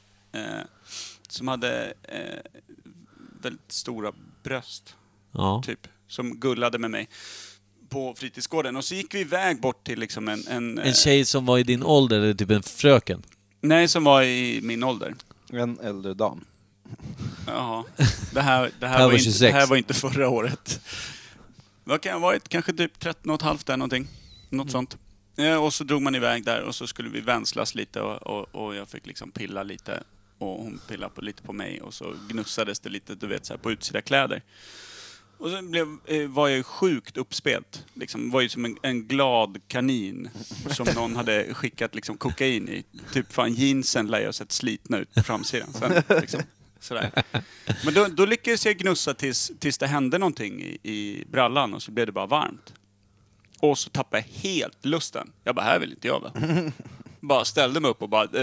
[SPEAKER 1] Som hade väldigt stora bröst.
[SPEAKER 6] Ja.
[SPEAKER 1] Typ. Som gullade med mig på fritidsgården. Och så gick vi iväg bort till liksom
[SPEAKER 6] En tjej som var i din ålder, eller typ en fröken?
[SPEAKER 1] Nej, som var i min ålder.
[SPEAKER 2] En äldre dam.
[SPEAKER 1] Jaha. Det här var inte förra året. Vad kan jag ha varit? Kanske typ 13,5 där någonting. Något sånt. Och så drog man iväg där och så skulle vi vänslas lite och jag fick liksom pilla lite. Och hon pillade lite på mig och så gnussades det lite, du vet, så här på utsida kläder. Och sen var jag ju sjukt uppspelt. Liksom, var ju som en glad kanin som någon hade skickat liksom kokain i. Typ fan, jeansen lär jag sett slitna ut på framsidan. Sen, liksom, sådär. Men då lyckades jag gnussa tills det hände någonting i brallan och så blev det bara varmt. Och så tappade jag helt lusten. Jag bara, här vill inte jag va? Bara ställde mig upp och bara,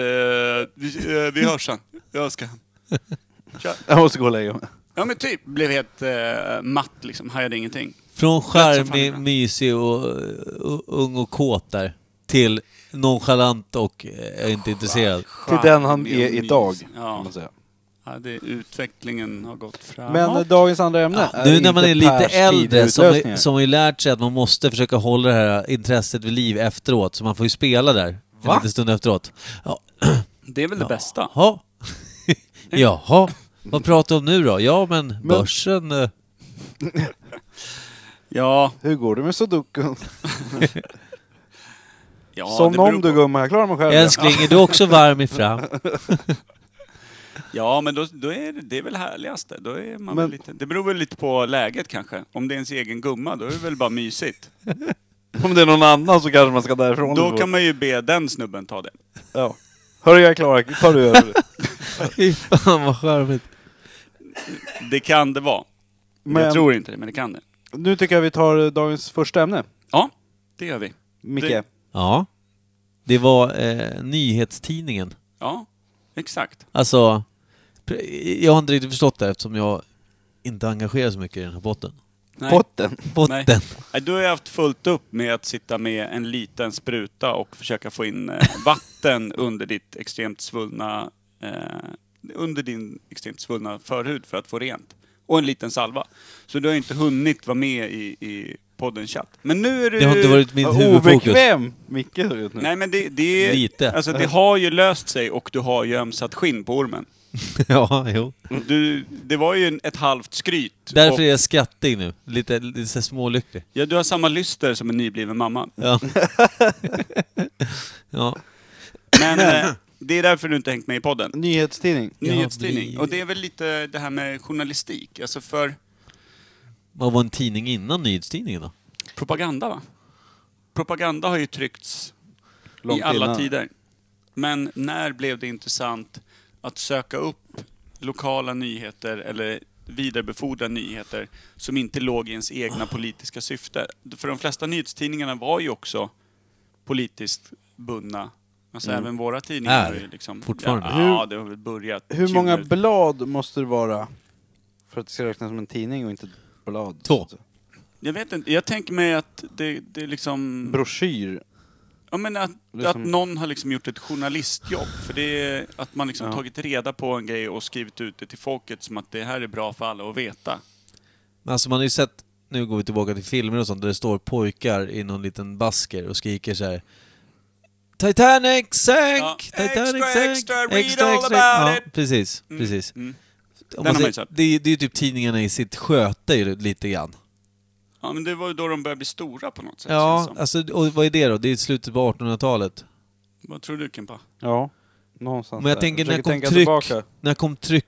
[SPEAKER 1] vi hörs sen. Jag ska hem.
[SPEAKER 2] Jag måste gå och lägga mig.
[SPEAKER 1] Ja men typ, blev helt matt liksom, hajade ingenting.
[SPEAKER 6] Från charmig, mysig och ung och kåt där till nonchalant och inte intresserad.
[SPEAKER 2] Till den han är idag,
[SPEAKER 1] ja.
[SPEAKER 2] kan man säga.
[SPEAKER 1] Ja, utvecklingen har gått framåt.
[SPEAKER 2] Men dagens andra ämne
[SPEAKER 6] Ja, nu när man är lite äldre som har ju lärt sig att man måste försöka hålla det här intresset vid liv efteråt. Så man får ju spela där en liten stund efteråt. Ja.
[SPEAKER 1] Det är väl det bästa.
[SPEAKER 6] Jaha. Jaha. Vad pratar du om nu då? Ja, men börsen...
[SPEAKER 1] Ja.
[SPEAKER 2] Hur går det med Sudoku?
[SPEAKER 1] Ja,
[SPEAKER 2] som om du gumma, jag klarar mig själv.
[SPEAKER 6] Älskling, är du också varm i fram?
[SPEAKER 1] Ja, men då är det väl härligaste. Då är man väl lite, det beror väl lite på läget kanske. Om det är ens egen gumma, då är det väl bara mysigt.
[SPEAKER 2] Om det är någon annan så kanske man ska därifrån.
[SPEAKER 1] Då kan man ju be den snubben ta det.
[SPEAKER 2] Ja. Hörru, jag är klar. Tar du över det?
[SPEAKER 6] Fy fan vad charmigt.
[SPEAKER 1] Det kan det vara. Men jag tror inte det, men det kan det.
[SPEAKER 2] Nu tycker jag vi tar dagens första ämne.
[SPEAKER 1] Ja, det gör vi.
[SPEAKER 2] Micke.
[SPEAKER 6] Ja. Det var nyhetstidningen.
[SPEAKER 1] Ja, exakt.
[SPEAKER 6] Alltså, jag har inte riktigt förstått det eftersom jag inte engagerar så mycket i den här botten.
[SPEAKER 1] Nej.
[SPEAKER 2] Potten.
[SPEAKER 6] Botten.
[SPEAKER 1] Nej, du har haft fullt upp med att sitta med en liten spruta och försöka få in vatten under ditt extremt svullna under din extremt svullna förhud för att få rent. Och en liten salva. Så du har inte hunnit vara med i poddens chatt. Men nu är du...
[SPEAKER 6] Det har inte varit min huvudfokus.
[SPEAKER 2] Obekväm, Micke.
[SPEAKER 1] Nej, men det
[SPEAKER 6] lite.
[SPEAKER 1] Alltså det har ju löst sig och du har ju ömsat skinn på ormen.
[SPEAKER 6] Ja, jo.
[SPEAKER 1] Det var ju ett halvt skryt.
[SPEAKER 6] Därför är jag skrattig nu. Lite så smålycklig.
[SPEAKER 1] Ja, du har samma lyster som en nybliven mamma.
[SPEAKER 6] Ja. Ja.
[SPEAKER 1] Men det är därför du inte hängt med i podden.
[SPEAKER 2] Nyhetstidning.
[SPEAKER 1] Och det är väl lite det här med journalistik. Alltså för...
[SPEAKER 6] Vad var en tidning innan nyhetstidningen då?
[SPEAKER 1] Propaganda, va? Propaganda har ju tryckts
[SPEAKER 2] Långt
[SPEAKER 1] i alla
[SPEAKER 2] innan.
[SPEAKER 1] tider. Men när blev det intressant att söka upp lokala nyheter eller vidarebefordra nyheter som inte låg i ens egna politiska syfte? För de flesta nyhetstidningarna var ju också politiskt bundna. Alltså även våra tidningar har ju liksom...
[SPEAKER 6] fortfarande.
[SPEAKER 1] Ja, det har väl börjat.
[SPEAKER 2] Hur många blad måste det vara för att det ska räknas som en tidning och inte ett blad?
[SPEAKER 6] 2.
[SPEAKER 1] Jag vet inte. Jag tänker mig att det är liksom...
[SPEAKER 2] Broschyr.
[SPEAKER 1] Ja, men att någon har liksom gjort ett journalistjobb. För det är att man liksom tagit reda på en grej och skrivit ut det till folket som att det här är bra för alla att veta.
[SPEAKER 6] Men alltså man har ju sett, nu går vi tillbaka till filmer och sånt, där det står pojkar i någon liten basker och skriker så här: Titanic sank!
[SPEAKER 1] Ja.
[SPEAKER 6] Titanic
[SPEAKER 1] Extra,
[SPEAKER 6] sank!
[SPEAKER 1] extra, read all about it!
[SPEAKER 6] Precis, precis.
[SPEAKER 1] Mm.
[SPEAKER 6] Om
[SPEAKER 1] Den
[SPEAKER 6] man
[SPEAKER 1] har man ju
[SPEAKER 6] säger,
[SPEAKER 1] sett.
[SPEAKER 6] det är ju typ tidningarna i sitt sköte ju lite grann.
[SPEAKER 1] Ja, men det var ju då de började bli stora på något sätt.
[SPEAKER 6] Ja, alltså, och vad är det då? Det är slutet på 1800-talet.
[SPEAKER 1] Vad tror du, Kimpa?
[SPEAKER 2] Ja, någonstans.
[SPEAKER 6] Men jag
[SPEAKER 2] där.
[SPEAKER 6] tänker,
[SPEAKER 2] Försöker tänka tillbaka.
[SPEAKER 6] när kom tryck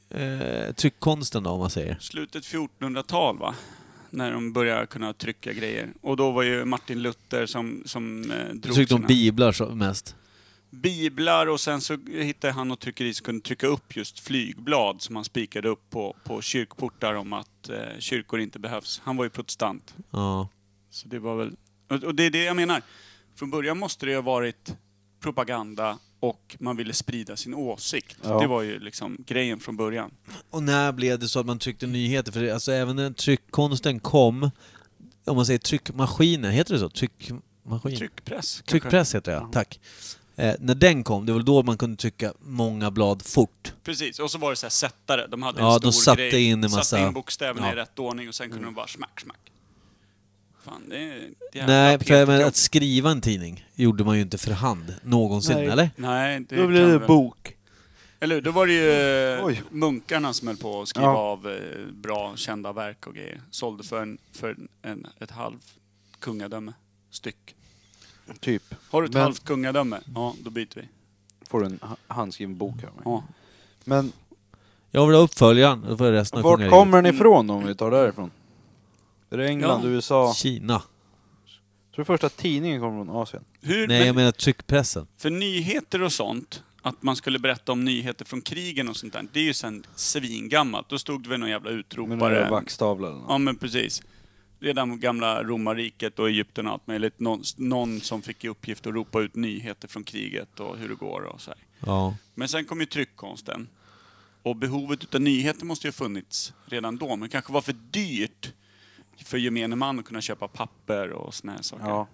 [SPEAKER 6] tryckkonsten då, om man säger?
[SPEAKER 1] Slutet 1400-tal va? När de började kunna trycka grejer. Och då var ju Martin Luther som drog
[SPEAKER 6] Tryckte de
[SPEAKER 1] sina
[SPEAKER 6] biblar så mest?
[SPEAKER 1] biblar, och sen så hittade han och tryckeri som kunde trycka upp just flygblad som han spikade upp på kyrkportar om att kyrkor inte behövs. Han var ju protestant.
[SPEAKER 6] Ja.
[SPEAKER 1] Så det var väl... Och det är det jag menar. Från början måste det ha varit propaganda och man ville sprida sin åsikt.
[SPEAKER 2] Ja.
[SPEAKER 1] Det var ju liksom grejen från början.
[SPEAKER 6] Och när blev det så att man tryckte nyheter? För alltså, även när tryckkonsten kom, om man säger tryckmaskiner, heter det så? Tryckmaskin?
[SPEAKER 1] Tryckpress. kanske.
[SPEAKER 6] Tryckpress heter det, ja. Tack. När den kom, det var då man kunde trycka många blad fort.
[SPEAKER 1] Precis, och så var det så här sättare. De hade
[SPEAKER 6] Ja,
[SPEAKER 1] en
[SPEAKER 6] de
[SPEAKER 1] stor
[SPEAKER 6] satte
[SPEAKER 1] grej.
[SPEAKER 6] in en massa-
[SPEAKER 1] Satte in bokstäverna
[SPEAKER 6] Ja.
[SPEAKER 1] i rätt ordning och sen kunde de bara smack. Fan, det är ett jävla
[SPEAKER 6] Nej, för jag menar,
[SPEAKER 1] petigt
[SPEAKER 6] att skriva en tidning gjorde man ju inte för hand någonsin,
[SPEAKER 2] Nej.
[SPEAKER 6] eller?
[SPEAKER 1] jobb. Nej, det
[SPEAKER 2] Då blir
[SPEAKER 1] kan
[SPEAKER 2] det
[SPEAKER 1] väl-
[SPEAKER 2] bok.
[SPEAKER 1] Eller hur? Då var det ju
[SPEAKER 2] Oj.
[SPEAKER 1] munkarna som höll på att skriva
[SPEAKER 2] Ja.
[SPEAKER 1] av bra kända verk och grejer. Sålde för ett halvt kungadöme styck.
[SPEAKER 2] Typ.
[SPEAKER 1] Har du ett
[SPEAKER 2] Men-
[SPEAKER 1] halvt kungadöme? Ja, då byter vi.
[SPEAKER 2] Får du en handskriven bok av mig.
[SPEAKER 1] Ja.
[SPEAKER 2] Men
[SPEAKER 6] Jag vill ha uppföljaren, då får jag resten av
[SPEAKER 2] vart
[SPEAKER 6] kungariket.
[SPEAKER 2] kommer den ifrån om vi tar därifrån? Är det England,
[SPEAKER 1] Ja.
[SPEAKER 2] USA?
[SPEAKER 6] Kina.
[SPEAKER 2] Tror du första tidningen kommer från Asien?
[SPEAKER 1] Hur,
[SPEAKER 6] Nej,
[SPEAKER 1] men,
[SPEAKER 6] jag menar tryckpressen.
[SPEAKER 1] för nyheter och sånt, att man skulle berätta om nyheter från krigen och sånt där, det är ju sen svingammalt. Då stod det väl någon jävla
[SPEAKER 2] Med några
[SPEAKER 1] utropare.
[SPEAKER 2] vaxtavla eller något.
[SPEAKER 1] Ja, men precis. Redan gamla romarriket och Egypten och allt möjligt. Någon som fick i uppgift att ropa ut nyheter från kriget och hur det går och så här.
[SPEAKER 6] Ja.
[SPEAKER 1] Men sen kom ju tryckkonsten. Och behovet utav nyheter måste ju ha funnits redan då. Men det kanske var för dyrt för gemene man att kunna köpa papper och såna här saker.
[SPEAKER 2] Ja.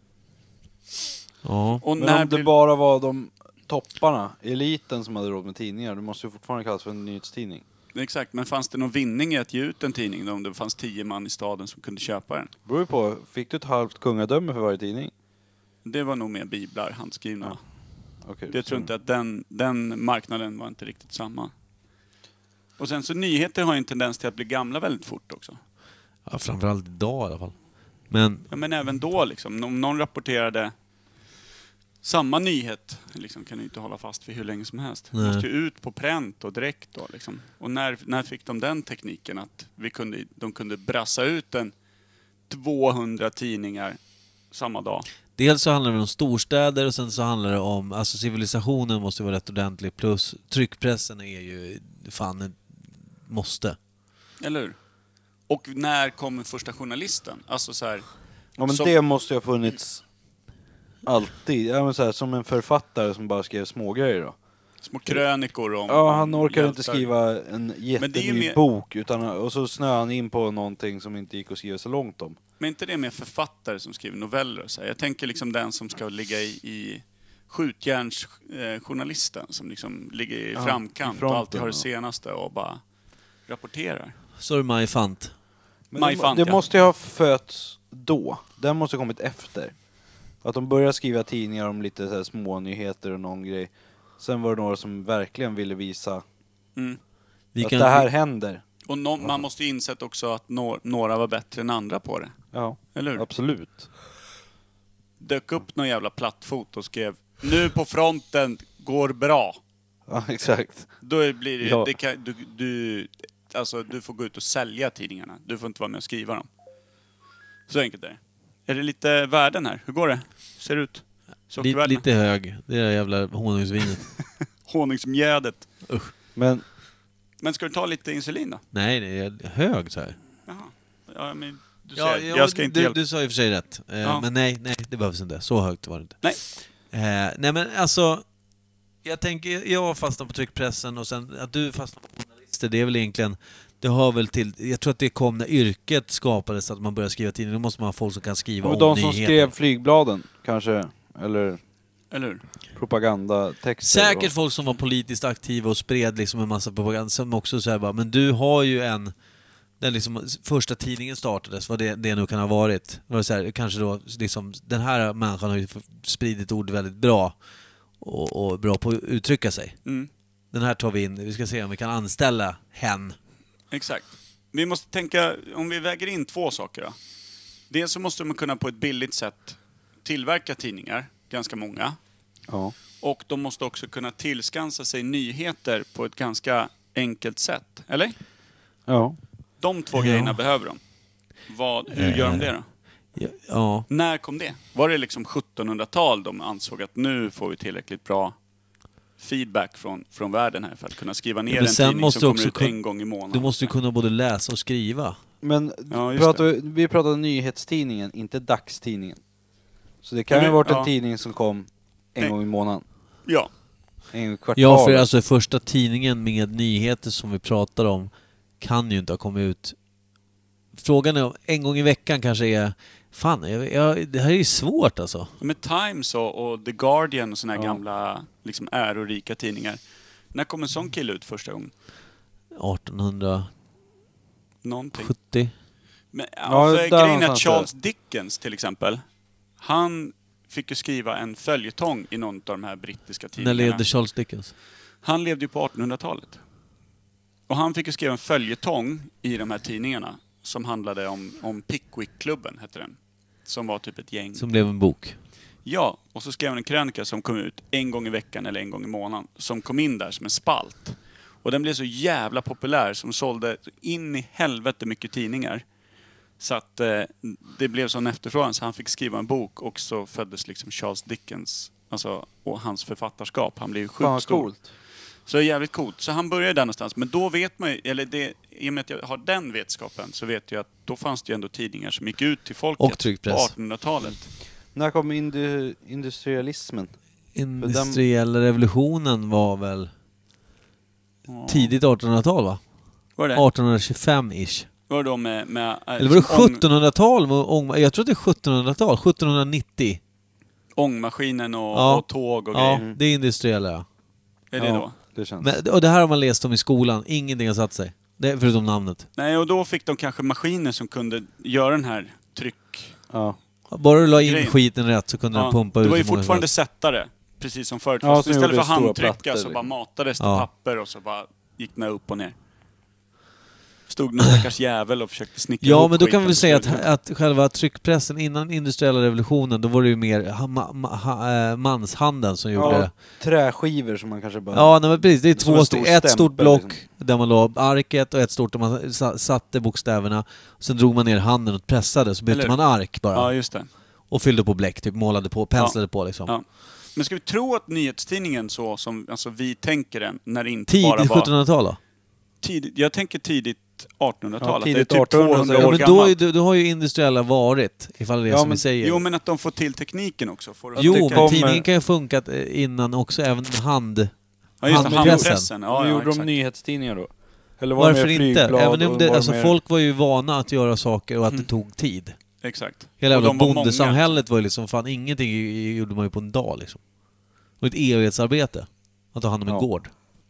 [SPEAKER 6] Ja.
[SPEAKER 1] Och
[SPEAKER 2] Men
[SPEAKER 1] när
[SPEAKER 2] om det
[SPEAKER 1] blev...
[SPEAKER 2] bara var de topparna, eliten som hade råd med tidningar, det måste ju fortfarande kallas för en nyhetstidning.
[SPEAKER 1] Exakt, men fanns det någon vinning i att ge ut en tidning då, om det fanns 10 man i staden som kunde köpa den?
[SPEAKER 2] Det beror ju på, fick du ett halvt kungadöme för varje tidning?
[SPEAKER 1] Det var nog mer biblar, handskrivna.
[SPEAKER 2] Ja. Okej,
[SPEAKER 1] Jag tror inte att den marknaden var inte riktigt samma. Och sen så nyheter har ju en tendens till att bli gamla väldigt fort också.
[SPEAKER 6] Ja, framförallt idag i alla fall. Men
[SPEAKER 1] Ja, men även då liksom, om någon rapporterade samma nyhet liksom, kan du inte hålla fast vid hur länge som helst. Det
[SPEAKER 6] Nej.
[SPEAKER 1] måste ju ut på pränt och direkt då liksom. Och när fick de den tekniken att de kunde brassa ut 200 tidningar samma dag?
[SPEAKER 6] dels så handlar det om storstäder och sen så handlar det om, alltså civilisationen måste vara rätt ordentlig, plus tryckpressen är ju fan ett måste.
[SPEAKER 1] Eller hur? Och när kommer första journalisten? Alltså så här,
[SPEAKER 2] Ja men
[SPEAKER 1] som-
[SPEAKER 2] det måste ju ha funnits alltid. Ja, men så här, som en författare som bara skrev smågrejer då.
[SPEAKER 1] små krönikor om...
[SPEAKER 2] Ja, han orkade inte
[SPEAKER 1] hjältar.
[SPEAKER 2] skriva en
[SPEAKER 1] Men det är ju
[SPEAKER 2] jätteny
[SPEAKER 1] mer-
[SPEAKER 2] bok, och så snöade han in på någonting som inte gick att skriva så långt om.
[SPEAKER 1] Men inte det med författare som skriver noveller och så här. Jag tänker liksom den som ska ligga i skjutjärnsjournalisten som liksom ligger i
[SPEAKER 2] Ja,
[SPEAKER 1] framkant
[SPEAKER 2] i fronten,
[SPEAKER 1] och alltid har det
[SPEAKER 2] ja.
[SPEAKER 1] senaste och bara rapporterar.
[SPEAKER 6] Sorry Maj Fant.
[SPEAKER 2] Men
[SPEAKER 1] Maj Fant,
[SPEAKER 2] det
[SPEAKER 1] ja.
[SPEAKER 2] måste ju ha fötts då. Den måste ha kommit efter. Att de började skriva tidningar om lite så här små nyheter och någon grej. Sen var det några som verkligen ville visa
[SPEAKER 1] Mm.
[SPEAKER 6] Vi
[SPEAKER 2] att
[SPEAKER 6] kan,
[SPEAKER 2] det här händer.
[SPEAKER 1] Och man måste ju insett också att några var bättre än andra på det.
[SPEAKER 2] Ja,
[SPEAKER 1] Eller hur?
[SPEAKER 2] absolut.
[SPEAKER 1] Dök upp någon jävla plattfot och skrev nu på fronten går bra.
[SPEAKER 2] Ja, exakt.
[SPEAKER 1] Då blir det,
[SPEAKER 2] Ja.
[SPEAKER 1] det kan, du får gå ut och sälja tidningarna. Du får inte vara med och skriva dem. Så enkelt är det. Är det lite värden här? Hur går det? Ser det ut? Sockervärdena?
[SPEAKER 6] lite hög. Det är det jävla honungsvinet.
[SPEAKER 1] Honungsmjödet.
[SPEAKER 2] Men
[SPEAKER 1] Men ska du ta lite insulin då?
[SPEAKER 6] Nej, det är hög så här.
[SPEAKER 1] Jaha. Ja, men du
[SPEAKER 6] Ja,
[SPEAKER 1] säger, jag ska inte hjälpa.
[SPEAKER 6] du sa i och för sig rätt.
[SPEAKER 1] Ja.
[SPEAKER 6] Men nej, det behövs inte. Så högt var det inte.
[SPEAKER 1] Nej.
[SPEAKER 6] Nej men alltså, jag tänker, jag fastnar på tryckpressen och sen att du fastnar på journalister, det är väl egentligen, det hör väl till, jag tror att det kom när yrket skapades att man började skriva tidningar, då måste man ha folk som kan skriva
[SPEAKER 2] och
[SPEAKER 6] om
[SPEAKER 2] de som
[SPEAKER 6] nyheter.
[SPEAKER 2] skrev flygbladen kanske, eller
[SPEAKER 1] Eller hur?
[SPEAKER 2] propagandatexter.
[SPEAKER 6] Säkert
[SPEAKER 2] och,
[SPEAKER 6] folk som var politiskt aktiva och spred liksom en massa propaganda som också säger bara, men du har ju den liksom första tidningen startades, vad det nu kan ha varit. Var det så här, kanske då liksom, den här människan har ju spridit ord väldigt bra och bra på att uttrycka sig.
[SPEAKER 1] Mm.
[SPEAKER 6] Den här tar vi in, vi ska se om vi kan anställa hen.
[SPEAKER 1] Exakt. Vi måste tänka, om vi väger in två saker då. Dels så måste man kunna på ett billigt sätt tillverka tidningar, ganska många.
[SPEAKER 2] ja.
[SPEAKER 1] Och de måste också kunna tillskansa sig nyheter på ett ganska enkelt sätt. Eller?
[SPEAKER 2] Ja.
[SPEAKER 1] De två grejerna behöver de. Hur gör de det då?
[SPEAKER 6] Ja.
[SPEAKER 1] När kom det? Var det liksom 1700-tal de ansåg att nu får vi tillräckligt bra feedback från världen här för att kunna skriva ner en tidning som kommer ut en gång i månaden?
[SPEAKER 6] Du måste ju kunna både läsa och skriva.
[SPEAKER 2] Men
[SPEAKER 1] Ja,
[SPEAKER 2] vi pratade nyhetstidningen, inte dagstidningen. Så det kan ju ha varit en tidning som kom en gång i månaden.
[SPEAKER 1] Ja.
[SPEAKER 2] En gång i kvartalet.
[SPEAKER 6] Ja, för alltså första tidningen med nyheter som vi pratar om kan ju inte ha kommit ut. Frågan är om en gång i veckan kanske är... Fan, det här är ju svårt alltså.
[SPEAKER 1] Med Times och The Guardian och såna här gamla liksom ärorika tidningar. När kom en sån kille ut första gången?
[SPEAKER 6] 1870.
[SPEAKER 1] Någonting. Men, för grejen är att Charles Dickens till exempel, han fick ju skriva en följetong i någon av de här brittiska tidningarna.
[SPEAKER 6] När levde Charles Dickens?
[SPEAKER 1] Han levde ju på 1800-talet. Och han fick ju skriva en följetong i de här tidningarna som handlade om Pickwick-klubben, hette den. Som var typ ett gäng.
[SPEAKER 6] Som blev en bok.
[SPEAKER 1] Ja, och så skrev han en krönika som kom ut en gång i veckan eller en gång i månaden. Som kom in där som en spalt. Och den blev så jävla populär som sålde in i helvete mycket tidningar. Så att det blev sån efterfrågan så han fick skriva en bok och så föddes liksom Charles Dickens, alltså, och hans författarskap. Han blev ju sjukt stor.
[SPEAKER 2] Coolt.
[SPEAKER 1] Så det är jävligt coolt. Så han började där någonstans. Men då vet man ju, eller det, i och med att jag har den vetskapen så vet jag att då fanns det ju ändå tidningar som gick ut till folket
[SPEAKER 6] Och tryckpress.
[SPEAKER 1] på 1800-talet.
[SPEAKER 2] När kom industrialismen?
[SPEAKER 6] Industriella revolutionen var väl tidigt 1800-tal va?
[SPEAKER 1] Var det?
[SPEAKER 6] 1825-ish.
[SPEAKER 1] Var det då med
[SPEAKER 6] Eller var det 1700-tal? Jag tror det är 1700-tal. 1790.
[SPEAKER 1] ångmaskinen och tåg och
[SPEAKER 6] ja,
[SPEAKER 1] grejer.
[SPEAKER 6] det är industriella ja.
[SPEAKER 1] Är det då?
[SPEAKER 2] Det känns.
[SPEAKER 6] Men, och det här har man läst om i skolan. Ingenting har satt sig. Det är förutom namnet.
[SPEAKER 1] Nej, och då fick de kanske maskiner som kunde göra den här tryck...
[SPEAKER 2] Ja.
[SPEAKER 6] Bara du la in
[SPEAKER 1] grejen.
[SPEAKER 6] skiten rätt så kunde den pumpa ut.
[SPEAKER 1] Det var ju
[SPEAKER 6] hur många
[SPEAKER 1] fortfarande
[SPEAKER 6] som
[SPEAKER 1] sättare. Precis som förut.
[SPEAKER 2] Ja,
[SPEAKER 1] Så istället för
[SPEAKER 2] stora
[SPEAKER 1] handtrycka
[SPEAKER 2] plattor,
[SPEAKER 1] så bara
[SPEAKER 2] liksom.
[SPEAKER 1] matades det
[SPEAKER 6] Ja.
[SPEAKER 1] papper och så bara gick den upp och ner. Stod någon stackars jävel och försökte snickra
[SPEAKER 6] Ja,
[SPEAKER 1] ihop
[SPEAKER 6] men då kan
[SPEAKER 1] skiten
[SPEAKER 6] vi väl säga
[SPEAKER 1] till slut.
[SPEAKER 6] att själva tryckpressen innan industriella revolutionen, då var det ju mer manshandeln som gjorde...
[SPEAKER 2] Ja, träskivor som man kanske bara...
[SPEAKER 6] Ja, nej, men precis. Det är
[SPEAKER 2] Som en stor
[SPEAKER 6] ett
[SPEAKER 2] stämpel,
[SPEAKER 6] stort block
[SPEAKER 2] liksom.
[SPEAKER 6] där man la arket och ett stort där man satte bokstäverna. Sen drog man ner handen och pressade, så bytte
[SPEAKER 1] Eller-
[SPEAKER 6] man ark bara.
[SPEAKER 1] Ja, just det.
[SPEAKER 6] Och fyllde på bläck, typ målade på, penslade på liksom.
[SPEAKER 1] Ja. Men ska vi tro att nyhetstidningen så som alltså, vi tänker den, när det inte bara
[SPEAKER 6] Tidigt
[SPEAKER 1] var...
[SPEAKER 6] 1700-tal då?
[SPEAKER 1] Jag tänker tidigt 1800-tal.
[SPEAKER 2] Ja,
[SPEAKER 1] att
[SPEAKER 2] tidigt
[SPEAKER 1] det är typ
[SPEAKER 2] 1800,
[SPEAKER 1] 200
[SPEAKER 6] Ja,
[SPEAKER 1] år
[SPEAKER 6] men
[SPEAKER 1] gammalt.
[SPEAKER 6] då har ju industriella varit, ifall det är
[SPEAKER 2] Ja,
[SPEAKER 6] som
[SPEAKER 2] men-
[SPEAKER 6] vi säger.
[SPEAKER 1] Jo, men att de får till tekniken också. Får
[SPEAKER 6] Jo,
[SPEAKER 2] det
[SPEAKER 6] men
[SPEAKER 2] kommer-
[SPEAKER 6] tidningen kan ju funkat innan också, även hand...
[SPEAKER 1] ja, just det,
[SPEAKER 6] handpressen.
[SPEAKER 1] handpressen. Ja,
[SPEAKER 2] Men
[SPEAKER 1] ja,
[SPEAKER 2] gjorde de
[SPEAKER 1] exakt.
[SPEAKER 2] nyhetstidningar då? Eller var
[SPEAKER 6] Varför
[SPEAKER 2] det
[SPEAKER 6] inte?
[SPEAKER 2] flygblad
[SPEAKER 6] Även om
[SPEAKER 2] och
[SPEAKER 6] det,
[SPEAKER 2] var
[SPEAKER 6] alltså
[SPEAKER 2] mer-
[SPEAKER 6] folk var ju vana att göra saker och att det tog tid.
[SPEAKER 1] Exakt.
[SPEAKER 6] Hela
[SPEAKER 1] Och
[SPEAKER 6] jävla
[SPEAKER 1] de var många.
[SPEAKER 6] bondesamhället var ju liksom, fan ingenting gjorde man ju på en dag liksom. Det var ett evighetsarbete att ta hand om en
[SPEAKER 2] Ja.
[SPEAKER 6] gård.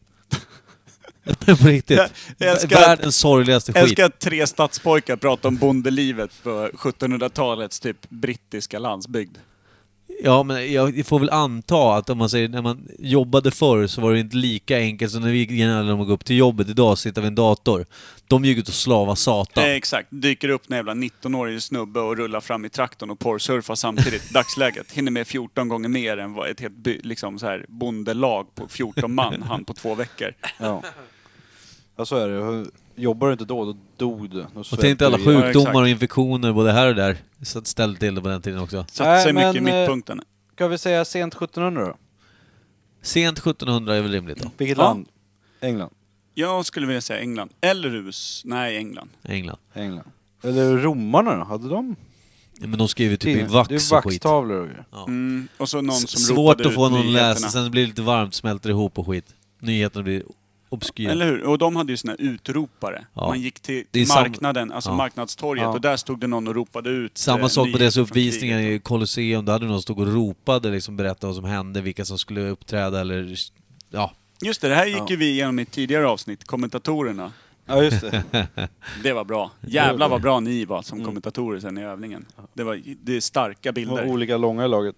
[SPEAKER 6] På riktigt.
[SPEAKER 1] Jag älskar-
[SPEAKER 6] Världens sorgligaste
[SPEAKER 1] Jag
[SPEAKER 6] skit.
[SPEAKER 1] älskar att 3 stadspojkar pratar om bondelivet på 1700-talets typ brittiska landsbygd.
[SPEAKER 6] Ja, men jag får väl anta att om man säger när man jobbade förr så var det inte lika enkelt som när vi när man går upp till jobbet idag sitter vid en dator. De gick ut och slava satan.
[SPEAKER 1] Exakt. Dyker upp en jävla 19-årig snubbe och rullar fram i traktorn och porrsurfar samtidigt. Dagsläget. Hinner med 14 gånger mer än vad ett helt liksom så här bondelag på 14 man han på 2 veckor.
[SPEAKER 2] Ja. Ja, så är det. Jobbar du inte då dog du. Då
[SPEAKER 6] Och tänkte alla
[SPEAKER 2] svälter du ihjäl.
[SPEAKER 6] sjukdomar
[SPEAKER 1] exakt.
[SPEAKER 6] och infektioner både här och där. Så ställde till det på den tiden också.
[SPEAKER 1] Satt sig
[SPEAKER 2] Nej,
[SPEAKER 1] mycket i
[SPEAKER 2] men,
[SPEAKER 1] mittpunkten.
[SPEAKER 2] Ska vi säga sent 1700 då?
[SPEAKER 6] Sent 1700 är väl rimligt då?
[SPEAKER 2] Vilket
[SPEAKER 1] Ja.
[SPEAKER 2] land? England.
[SPEAKER 1] Jag skulle vilja säga England. Eller USA. Nej, England.
[SPEAKER 6] England.
[SPEAKER 2] England. Eller romarna då? Hade de?
[SPEAKER 6] Ja, men de skrev ju typ i
[SPEAKER 2] Det är
[SPEAKER 6] vax och skit.
[SPEAKER 2] vaxtavlor och grejer.
[SPEAKER 6] Ja.
[SPEAKER 1] Och så någon som
[SPEAKER 6] Svårt
[SPEAKER 1] ropade
[SPEAKER 6] att få
[SPEAKER 1] ut
[SPEAKER 6] någon att läsa,
[SPEAKER 1] nyheterna.
[SPEAKER 6] sen blir det lite varmt, smälter ihop och skit. Nyheterna blir obskyra.
[SPEAKER 1] Eller hur? Och de hade ju såna här utropare.
[SPEAKER 6] Ja.
[SPEAKER 1] Man gick till
[SPEAKER 6] Det är
[SPEAKER 1] marknaden, alltså
[SPEAKER 6] ja.
[SPEAKER 1] marknadstorget,
[SPEAKER 2] Ja.
[SPEAKER 1] och där stod det någon och ropade ut
[SPEAKER 6] Samma sak på deras
[SPEAKER 1] nyheter från
[SPEAKER 6] uppvisningar
[SPEAKER 1] kriget.
[SPEAKER 6] i Colosseum, då hade någon stod och ropade, liksom berättade vad som hände, vilka som skulle uppträda eller... Ja.
[SPEAKER 1] Just det här gick
[SPEAKER 2] Ja.
[SPEAKER 1] ju vi igenom i ett tidigare avsnitt, kommentatorerna.
[SPEAKER 2] Ja, just det.
[SPEAKER 1] Det var bra. Jävlar vad bra ni var som kommentatorer sen i övningen. Det är starka
[SPEAKER 2] De var
[SPEAKER 1] bilder.
[SPEAKER 2] olika långa i laget.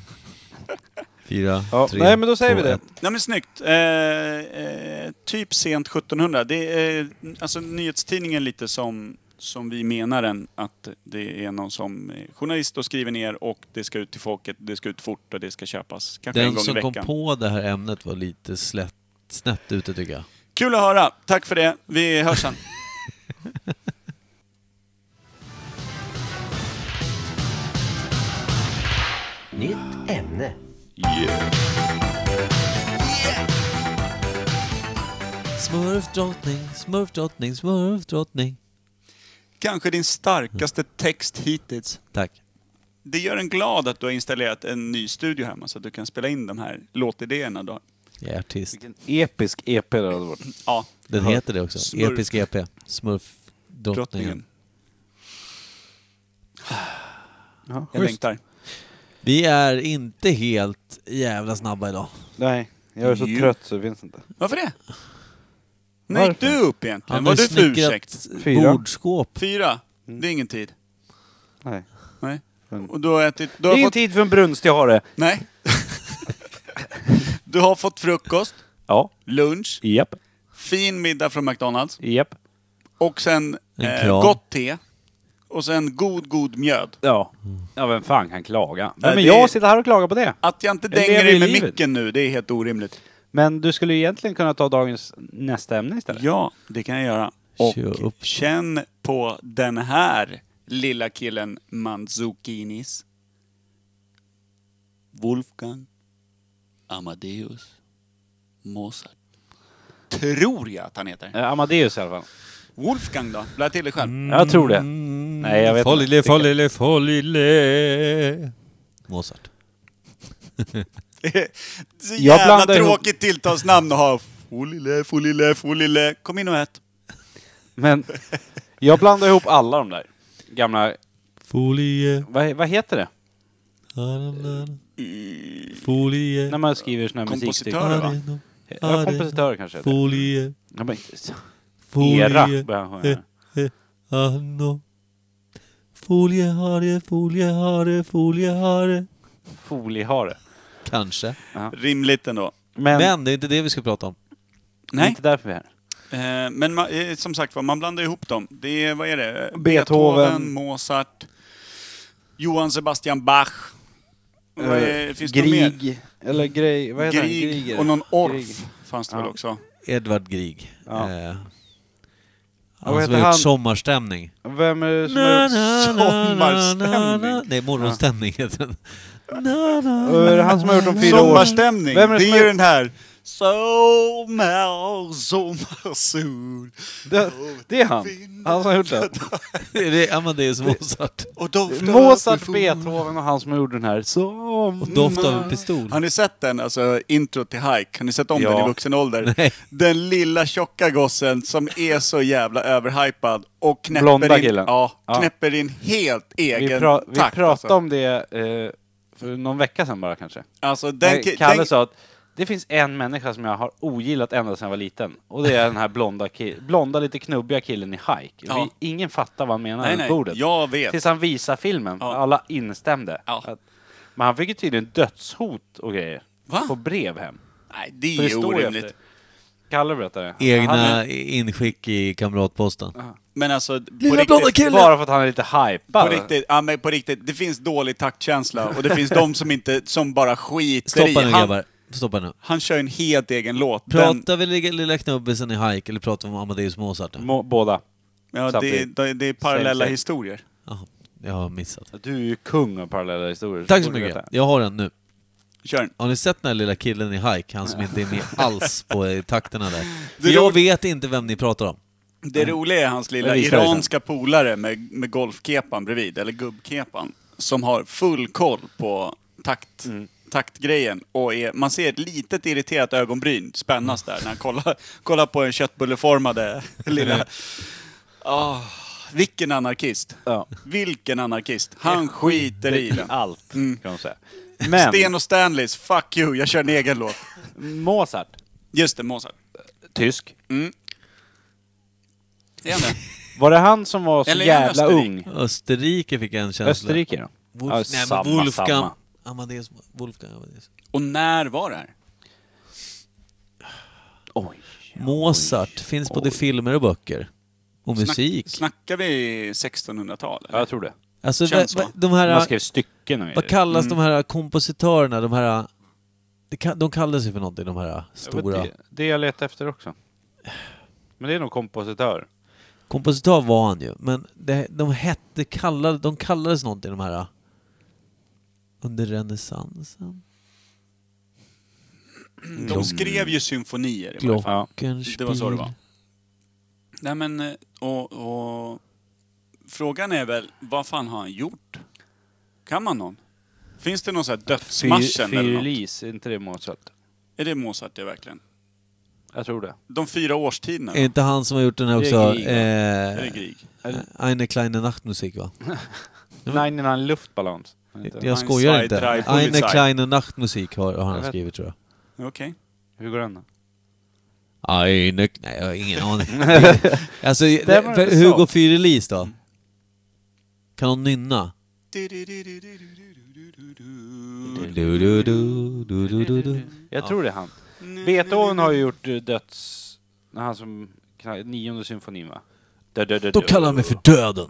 [SPEAKER 6] 4,
[SPEAKER 2] Ja,
[SPEAKER 6] 3,
[SPEAKER 2] nej men då säger vi
[SPEAKER 6] 2,
[SPEAKER 2] det.
[SPEAKER 6] 1.
[SPEAKER 1] Nej men snyggt. Typ sent 1700. Det är alltså nyhetstidningen lite som vi menar den. Att det är någon som är journalist och skriver ner och det ska ut till folket, det ska ut fort och det ska köpas. Kanske en
[SPEAKER 6] Den
[SPEAKER 1] gång i
[SPEAKER 6] som kom
[SPEAKER 1] veckan.
[SPEAKER 6] på det här ämnet var lite snett ute tycker jag.
[SPEAKER 1] Kul att höra. Tack för det. Vi hörs sen.
[SPEAKER 7] Nytt ämne.
[SPEAKER 6] Smurfdrottning, smurfdrottning, smurfdrottning.
[SPEAKER 1] Kanske din starkaste text hittills.
[SPEAKER 6] Tack.
[SPEAKER 1] Det gör en glad att du har installerat en ny studio hemma så att du kan spela in de här låtidéerna då.
[SPEAKER 6] Jag är artist.
[SPEAKER 2] Vilken episk EP det hade varit.
[SPEAKER 1] Ja,
[SPEAKER 6] Den heter det också.
[SPEAKER 1] Smurf.
[SPEAKER 6] Episk EP. Smurfdrottningen.
[SPEAKER 1] drottningen.
[SPEAKER 2] Ja,
[SPEAKER 1] Jag längtar.
[SPEAKER 6] Vi är inte helt jävla snabba idag.
[SPEAKER 2] Nej, jag är så
[SPEAKER 1] Jo.
[SPEAKER 2] trött så det finns inte.
[SPEAKER 1] Varför det? När gick
[SPEAKER 2] Varför?
[SPEAKER 1] du upp egentligen?
[SPEAKER 6] Han
[SPEAKER 1] Vad
[SPEAKER 6] har
[SPEAKER 1] du för ursäkt?
[SPEAKER 6] snickrat
[SPEAKER 2] 4.
[SPEAKER 6] bordskåp.
[SPEAKER 1] 4? Det är ingen tid.
[SPEAKER 2] Nej.
[SPEAKER 1] Nej.
[SPEAKER 2] Mm.
[SPEAKER 1] Och du har ätit... Du
[SPEAKER 2] Det
[SPEAKER 1] har
[SPEAKER 2] är ingen
[SPEAKER 1] fått...
[SPEAKER 2] tid för en brunstig hare.
[SPEAKER 1] Nej. Du har fått frukost,
[SPEAKER 2] Ja.
[SPEAKER 1] lunch,
[SPEAKER 2] Japp.
[SPEAKER 1] fin middag från McDonalds
[SPEAKER 2] Japp.
[SPEAKER 1] och sen
[SPEAKER 6] En kram.
[SPEAKER 1] gott te. Och sen god mjöd.
[SPEAKER 2] Ja. Ja, vem fan kan klaga?
[SPEAKER 1] Nej,
[SPEAKER 2] Men
[SPEAKER 1] det-
[SPEAKER 2] jag sitter här och klagar på det.
[SPEAKER 1] Att jag inte
[SPEAKER 2] Jag
[SPEAKER 1] dänger
[SPEAKER 2] lever
[SPEAKER 1] dig
[SPEAKER 2] i
[SPEAKER 1] med
[SPEAKER 2] livet.
[SPEAKER 1] micken nu, det är helt orimligt.
[SPEAKER 2] Men du skulle egentligen kunna ta dagens nästa ämne istället.
[SPEAKER 1] Ja, det kan jag göra. Och
[SPEAKER 6] Kör upp.
[SPEAKER 1] känn på den här lilla killen Manzukinis. Wolfgang Amadeus Mozart. Tror jag att han heter.
[SPEAKER 2] Amadeus i alla fall.
[SPEAKER 1] Wolfgang då? Lär till dig själv.
[SPEAKER 2] Jag tror det. Nej, jag vet
[SPEAKER 6] Follile,
[SPEAKER 2] inte.
[SPEAKER 6] follile, follile. Mozart.
[SPEAKER 1] Så
[SPEAKER 2] Jag
[SPEAKER 1] jävla
[SPEAKER 2] blandar ihop-
[SPEAKER 1] tråkigt tilltalsnamn att ha. Folile. Kom in och ät.
[SPEAKER 2] Men jag blandar ihop alla de där gamla...
[SPEAKER 6] Folie.
[SPEAKER 2] Vad heter det?
[SPEAKER 6] Folie.
[SPEAKER 2] När man skriver såna här musikstycken.
[SPEAKER 1] Kompositörer, va?
[SPEAKER 2] Ja, kompositörer kanske heter det.
[SPEAKER 6] Folie.
[SPEAKER 2] Ja, men,
[SPEAKER 6] Folie.
[SPEAKER 2] Era börjar han sjunga.
[SPEAKER 6] Anno. Foliehare, foliehare, foliehare.
[SPEAKER 2] Foliehare.
[SPEAKER 6] Kanske.
[SPEAKER 1] Rimligt ändå.
[SPEAKER 6] Men det är inte det vi ska prata om.
[SPEAKER 1] Nej.
[SPEAKER 2] Inte därför vi är här.
[SPEAKER 1] Men som sagt var, man blandar ihop dem. Det är, vad är det?
[SPEAKER 2] Beethoven.
[SPEAKER 1] Mozart, Johann Sebastian Bach. Finns det något mer?
[SPEAKER 2] Grieg. Eller grej. Vad heter
[SPEAKER 1] Grieg
[SPEAKER 2] han?
[SPEAKER 1] och någon Orff
[SPEAKER 2] Grieg.
[SPEAKER 1] fanns det väl också.
[SPEAKER 6] Edvard Grieg.
[SPEAKER 2] Ja.
[SPEAKER 6] Han
[SPEAKER 2] vad
[SPEAKER 6] som
[SPEAKER 2] heter
[SPEAKER 6] har
[SPEAKER 2] han?
[SPEAKER 6] gjort sommarstämning.
[SPEAKER 2] Vem är det som har gjort...
[SPEAKER 1] Sommarstämning.
[SPEAKER 6] Nej, morgonstämning heter den.
[SPEAKER 2] Är det han som har gjort de 4 år?
[SPEAKER 1] Sommarstämning.
[SPEAKER 2] Vem är det
[SPEAKER 1] Det
[SPEAKER 2] som
[SPEAKER 1] är
[SPEAKER 2] har-
[SPEAKER 1] ju den här. Sommarsol.
[SPEAKER 2] Det är han. Han som har gjort det.
[SPEAKER 6] Är det Amadeus Mozart?
[SPEAKER 1] Och doftar
[SPEAKER 2] Mozart,
[SPEAKER 1] parfym.
[SPEAKER 2] Beethoven och han som har gjort den här.
[SPEAKER 6] Och doft av en pistol?
[SPEAKER 1] Har ni sett den? Alltså intro till Hike. Har ni sett om
[SPEAKER 2] Ja.
[SPEAKER 1] den i vuxen ålder?
[SPEAKER 6] Nej.
[SPEAKER 1] Den lilla tjocka gossen som är så jävla överhypad och knäpper
[SPEAKER 2] Blonda
[SPEAKER 1] in,
[SPEAKER 2] killen.
[SPEAKER 1] ja,
[SPEAKER 2] Ja.
[SPEAKER 1] knäpper in helt egen
[SPEAKER 2] Vi
[SPEAKER 1] takt.
[SPEAKER 2] pratade
[SPEAKER 1] alltså.
[SPEAKER 2] om det för någon vecka sedan bara kanske.
[SPEAKER 1] Alltså
[SPEAKER 2] Kalle sa att det finns en människa som jag har ogillat ända sedan jag var liten. Och det är den här blonda lite knubbiga killen i Hike.
[SPEAKER 1] Ja.
[SPEAKER 2] Ingen fattar vad han menar
[SPEAKER 1] nej,
[SPEAKER 2] runt
[SPEAKER 1] nej,
[SPEAKER 2] bordet.
[SPEAKER 1] jag vet.
[SPEAKER 2] Tills han visade filmen.
[SPEAKER 1] Ja.
[SPEAKER 2] Alla instämde.
[SPEAKER 1] Ja.
[SPEAKER 2] Men han fick ju tydligen dödshot och grejer.
[SPEAKER 1] Va?
[SPEAKER 2] På brev hem.
[SPEAKER 1] Nej, det
[SPEAKER 2] För
[SPEAKER 1] är
[SPEAKER 2] står ju
[SPEAKER 1] orimligt.
[SPEAKER 2] efter. Kalle berättade.
[SPEAKER 6] Egna inskick i kamratposten.
[SPEAKER 1] Men alltså,
[SPEAKER 6] Lilla blonda killen!
[SPEAKER 2] Bara för att han är lite hypad.
[SPEAKER 1] på riktigt, ja, men på riktigt, det finns dålig taktkänsla och det finns de som bara skiter
[SPEAKER 6] Stoppa nu
[SPEAKER 1] i.
[SPEAKER 6] grabbar. Stoppa nu.
[SPEAKER 1] Han kör en helt egen låt. Den,
[SPEAKER 6] Pratar vi lilla knubbisen i Hike eller pratar vi om Amadeus Mozart?
[SPEAKER 2] Båda.
[SPEAKER 1] ja,
[SPEAKER 2] samtidigt.
[SPEAKER 1] det är parallella
[SPEAKER 2] Same.
[SPEAKER 1] historier.
[SPEAKER 6] Jaha, jag har missat.
[SPEAKER 2] Du är ju kung av parallella historier.
[SPEAKER 6] Tack så
[SPEAKER 2] borde du
[SPEAKER 6] mycket.
[SPEAKER 2] veta.
[SPEAKER 6] Jag har den nu.
[SPEAKER 1] Kör den.
[SPEAKER 6] Har ni sett den här lilla killen i Hike? Han som inte är med alls på takterna där.
[SPEAKER 1] Det
[SPEAKER 6] För jag
[SPEAKER 1] ro-
[SPEAKER 6] vet inte vem ni pratar om.
[SPEAKER 1] Det roliga är hans lilla
[SPEAKER 2] Jag visar det sen.
[SPEAKER 1] iranska polare med golfkepan bredvid, eller gubbkepan, som har full koll på taktgrejen. Och man ser ett litet irriterat ögonbryn spännas där när han kollar på en köttbulleformade lilla... Vilken anarkist.
[SPEAKER 2] Ja.
[SPEAKER 1] Vilken anarkist. Han skiter i den.
[SPEAKER 2] Allt,
[SPEAKER 1] Mm.
[SPEAKER 2] kan man säga. Men
[SPEAKER 1] Sten och Stanleys, fuck you, jag kör en egen låt.
[SPEAKER 2] Mozart,
[SPEAKER 1] Just det, Mozart.
[SPEAKER 2] tysk.
[SPEAKER 1] Det är han det?
[SPEAKER 2] Var det han som var så
[SPEAKER 1] Eller är han
[SPEAKER 2] jävla
[SPEAKER 1] Österrike?
[SPEAKER 2] ung?
[SPEAKER 6] Österrike fick jag en känsla.
[SPEAKER 2] Österrike då? Ja,
[SPEAKER 6] Nej,
[SPEAKER 2] samma,
[SPEAKER 6] men Wolfgang.
[SPEAKER 2] samma.
[SPEAKER 6] Amadeus. Wolfgang Amadeus.
[SPEAKER 1] Och när var det här?
[SPEAKER 2] Oj.
[SPEAKER 6] Mozart finns både filmer och böcker. Och musik.
[SPEAKER 1] Snackar vi 1600-tal?
[SPEAKER 2] Ja, jag tror det.
[SPEAKER 6] Alltså,
[SPEAKER 1] Känns så.
[SPEAKER 6] de
[SPEAKER 2] Man
[SPEAKER 6] här...
[SPEAKER 2] skrev stycken och
[SPEAKER 6] Vad
[SPEAKER 2] grejer.
[SPEAKER 6] kallas de här kompositörerna? De här... De kallas ju för någonting, de här
[SPEAKER 2] Jag vet
[SPEAKER 6] stora...
[SPEAKER 2] det jag letar efter också.
[SPEAKER 3] Men det är nog kompositör.
[SPEAKER 6] Kompositör var han ju, men de kallades någonting de här under renässansen.
[SPEAKER 1] De skrev ju symfonier i varje fall.
[SPEAKER 6] Glockenspiel.
[SPEAKER 1] Det var så det var. Nej men, och frågan är väl, vad fan har han gjort? Kan man någon? Finns det någon sån här dödsmarschen eller något?
[SPEAKER 3] Fyrlis, är inte det Mozart?
[SPEAKER 1] Är det Mozart det verkligen?
[SPEAKER 3] Jag tror det.
[SPEAKER 1] De 4 årstiderna?
[SPEAKER 6] Är inte han som har gjort den här
[SPEAKER 3] Det
[SPEAKER 6] också?
[SPEAKER 3] är Grieg,
[SPEAKER 1] Är det Grieg?
[SPEAKER 6] Eine kleine Nachtmusik, va?
[SPEAKER 3] 99 luftballons.
[SPEAKER 6] Jag skojar
[SPEAKER 1] Ein,
[SPEAKER 6] inte.
[SPEAKER 1] zwei,
[SPEAKER 6] Eine
[SPEAKER 1] Polizei.
[SPEAKER 6] kleine Nachtmusik har
[SPEAKER 3] Jag
[SPEAKER 6] han
[SPEAKER 3] vet.
[SPEAKER 6] skrivit, tror jag.
[SPEAKER 1] Okej.
[SPEAKER 3] Hur går den då?
[SPEAKER 6] Nej, jag har ingen aning. Alltså,
[SPEAKER 3] Stämmer det
[SPEAKER 6] hur
[SPEAKER 3] så?
[SPEAKER 6] går Fyrelis då? Kan hon nynna?
[SPEAKER 3] Jag tror det är han. Beethoven har ju gjort han som 9:e symfonin, va?
[SPEAKER 6] Då kallar han mig för döden.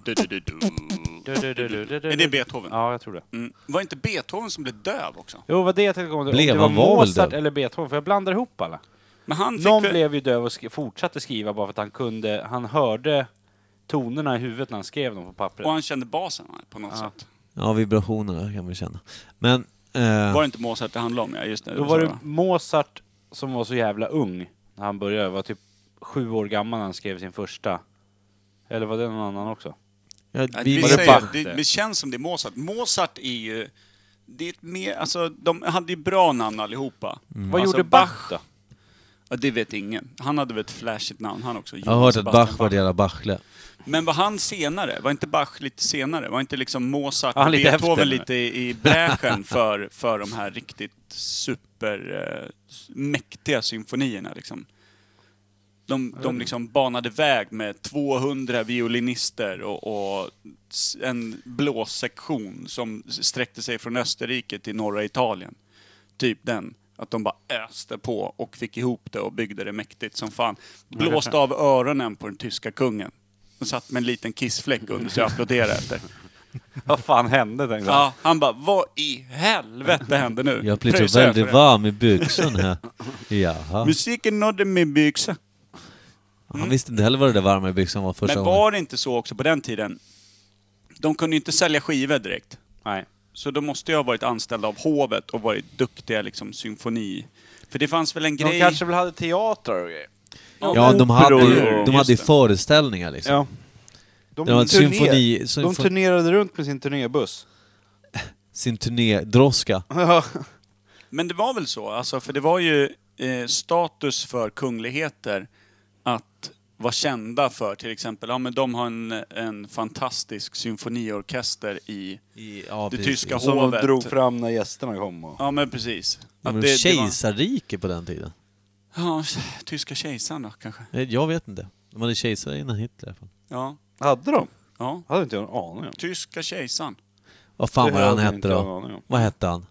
[SPEAKER 1] Är det Beethoven?
[SPEAKER 3] Ja, jag tror det.
[SPEAKER 1] Mm. Var inte Beethoven som blev döv också?
[SPEAKER 3] Jo, vad det jag tänkte komma till.
[SPEAKER 6] Blev
[SPEAKER 3] Om det var
[SPEAKER 6] han var väl
[SPEAKER 3] Mozart
[SPEAKER 6] döv?
[SPEAKER 3] eller Beethoven, för jag blandar ihop alla.
[SPEAKER 1] Men han fick
[SPEAKER 3] Någon
[SPEAKER 1] väl...
[SPEAKER 3] blev ju döv och fortsatte skriva bara för att han hörde tonerna i huvudet när han skrev dem på pappret.
[SPEAKER 1] Och han kände basen på något
[SPEAKER 3] Ja.
[SPEAKER 1] sätt.
[SPEAKER 6] Ja, vibrationerna kan vi känna. Men...
[SPEAKER 1] Var det inte Mozart det handlade om? Ja, just det.
[SPEAKER 3] Då var det Mozart som var så jävla ung när han började. Var typ 7 år gammal när han skrev sin första. Eller var det någon annan också?
[SPEAKER 6] ja,
[SPEAKER 1] Vi
[SPEAKER 3] Var det
[SPEAKER 1] säger,
[SPEAKER 3] Bach?
[SPEAKER 1] det känns som det är Mozart. Mozart är ju... Det är ett mer, alltså, de hade ju bra namn allihopa.
[SPEAKER 3] Vad
[SPEAKER 1] Alltså,
[SPEAKER 3] gjorde Bach då?
[SPEAKER 1] Ja, det vet ingen. Han hade väl ett flashigt namn han också.
[SPEAKER 6] jag har hört att Bach var jävla Bachle.
[SPEAKER 1] Men var han senare? Var inte Bach lite senare? Var inte liksom Mozart
[SPEAKER 3] Ja, han
[SPEAKER 1] och
[SPEAKER 3] lite
[SPEAKER 1] Beethoven
[SPEAKER 3] efter.
[SPEAKER 1] lite i bräschen för de här riktigt mäktiga symfonierna liksom? De liksom banade väg med 200 violinister och en blåssektion som sträckte sig från Österrike till norra Italien. Typ den. Att de bara öste på och fick ihop det och byggde det mäktigt som fan. Blåste av öronen på den tyska kungen. Och satt med en liten kissfläck under sig och applåderade efter.
[SPEAKER 3] Vad fan hände tänkte jag?
[SPEAKER 1] Ja, han bara, vad i helvete hände nu?
[SPEAKER 6] Jag blir så
[SPEAKER 1] Pröjsar jag
[SPEAKER 6] väldigt
[SPEAKER 1] för det.
[SPEAKER 6] varm i byxorna här. Jaha.
[SPEAKER 1] Musiken nådde min byxa.
[SPEAKER 6] Han visste inte heller vad det där varma i byxan var första
[SPEAKER 1] Men
[SPEAKER 6] gången.
[SPEAKER 1] var det inte så också på den tiden? De kunde ju inte sälja skivor direkt.
[SPEAKER 3] Nej.
[SPEAKER 1] Så de måste ju ha varit anställda av hovet och varit duktiga liksom symfoni. För det fanns väl en
[SPEAKER 3] De
[SPEAKER 1] grej...
[SPEAKER 3] kanske väl hade teatrar och grejer.
[SPEAKER 6] Ja, de hade ju
[SPEAKER 1] Just det.
[SPEAKER 6] föreställningar liksom.
[SPEAKER 3] Ja.
[SPEAKER 6] Det var en
[SPEAKER 3] De turnerade runt med sin turnébuss.
[SPEAKER 6] sin turné, Droska.
[SPEAKER 1] Men det var väl så, alltså, för det var ju status för kungligheter att vara kända för till exempel, ja men de har en fantastisk symfoniorkester i
[SPEAKER 6] Ja,
[SPEAKER 1] det
[SPEAKER 6] precis.
[SPEAKER 1] tyska
[SPEAKER 2] Som de
[SPEAKER 1] hovet.
[SPEAKER 2] drog fram när gästerna kom. Och...
[SPEAKER 1] Ja men precis.
[SPEAKER 6] De
[SPEAKER 1] Att
[SPEAKER 6] var
[SPEAKER 1] det var,
[SPEAKER 6] kejsarrike på den tiden.
[SPEAKER 1] ja, tyska kejsaren då kanske.
[SPEAKER 6] Jag vet inte. De hade kejsare innan Hitler i alla fall.
[SPEAKER 1] Ja,
[SPEAKER 2] Hade de?
[SPEAKER 1] ja.
[SPEAKER 2] Hade inte jag en aning om.
[SPEAKER 1] Tyska kejsaren.
[SPEAKER 6] Vad fan var
[SPEAKER 2] Det
[SPEAKER 6] han
[SPEAKER 2] hade jag
[SPEAKER 6] hette
[SPEAKER 2] inte en
[SPEAKER 6] då?
[SPEAKER 2] aning om.
[SPEAKER 6] Vad hette han?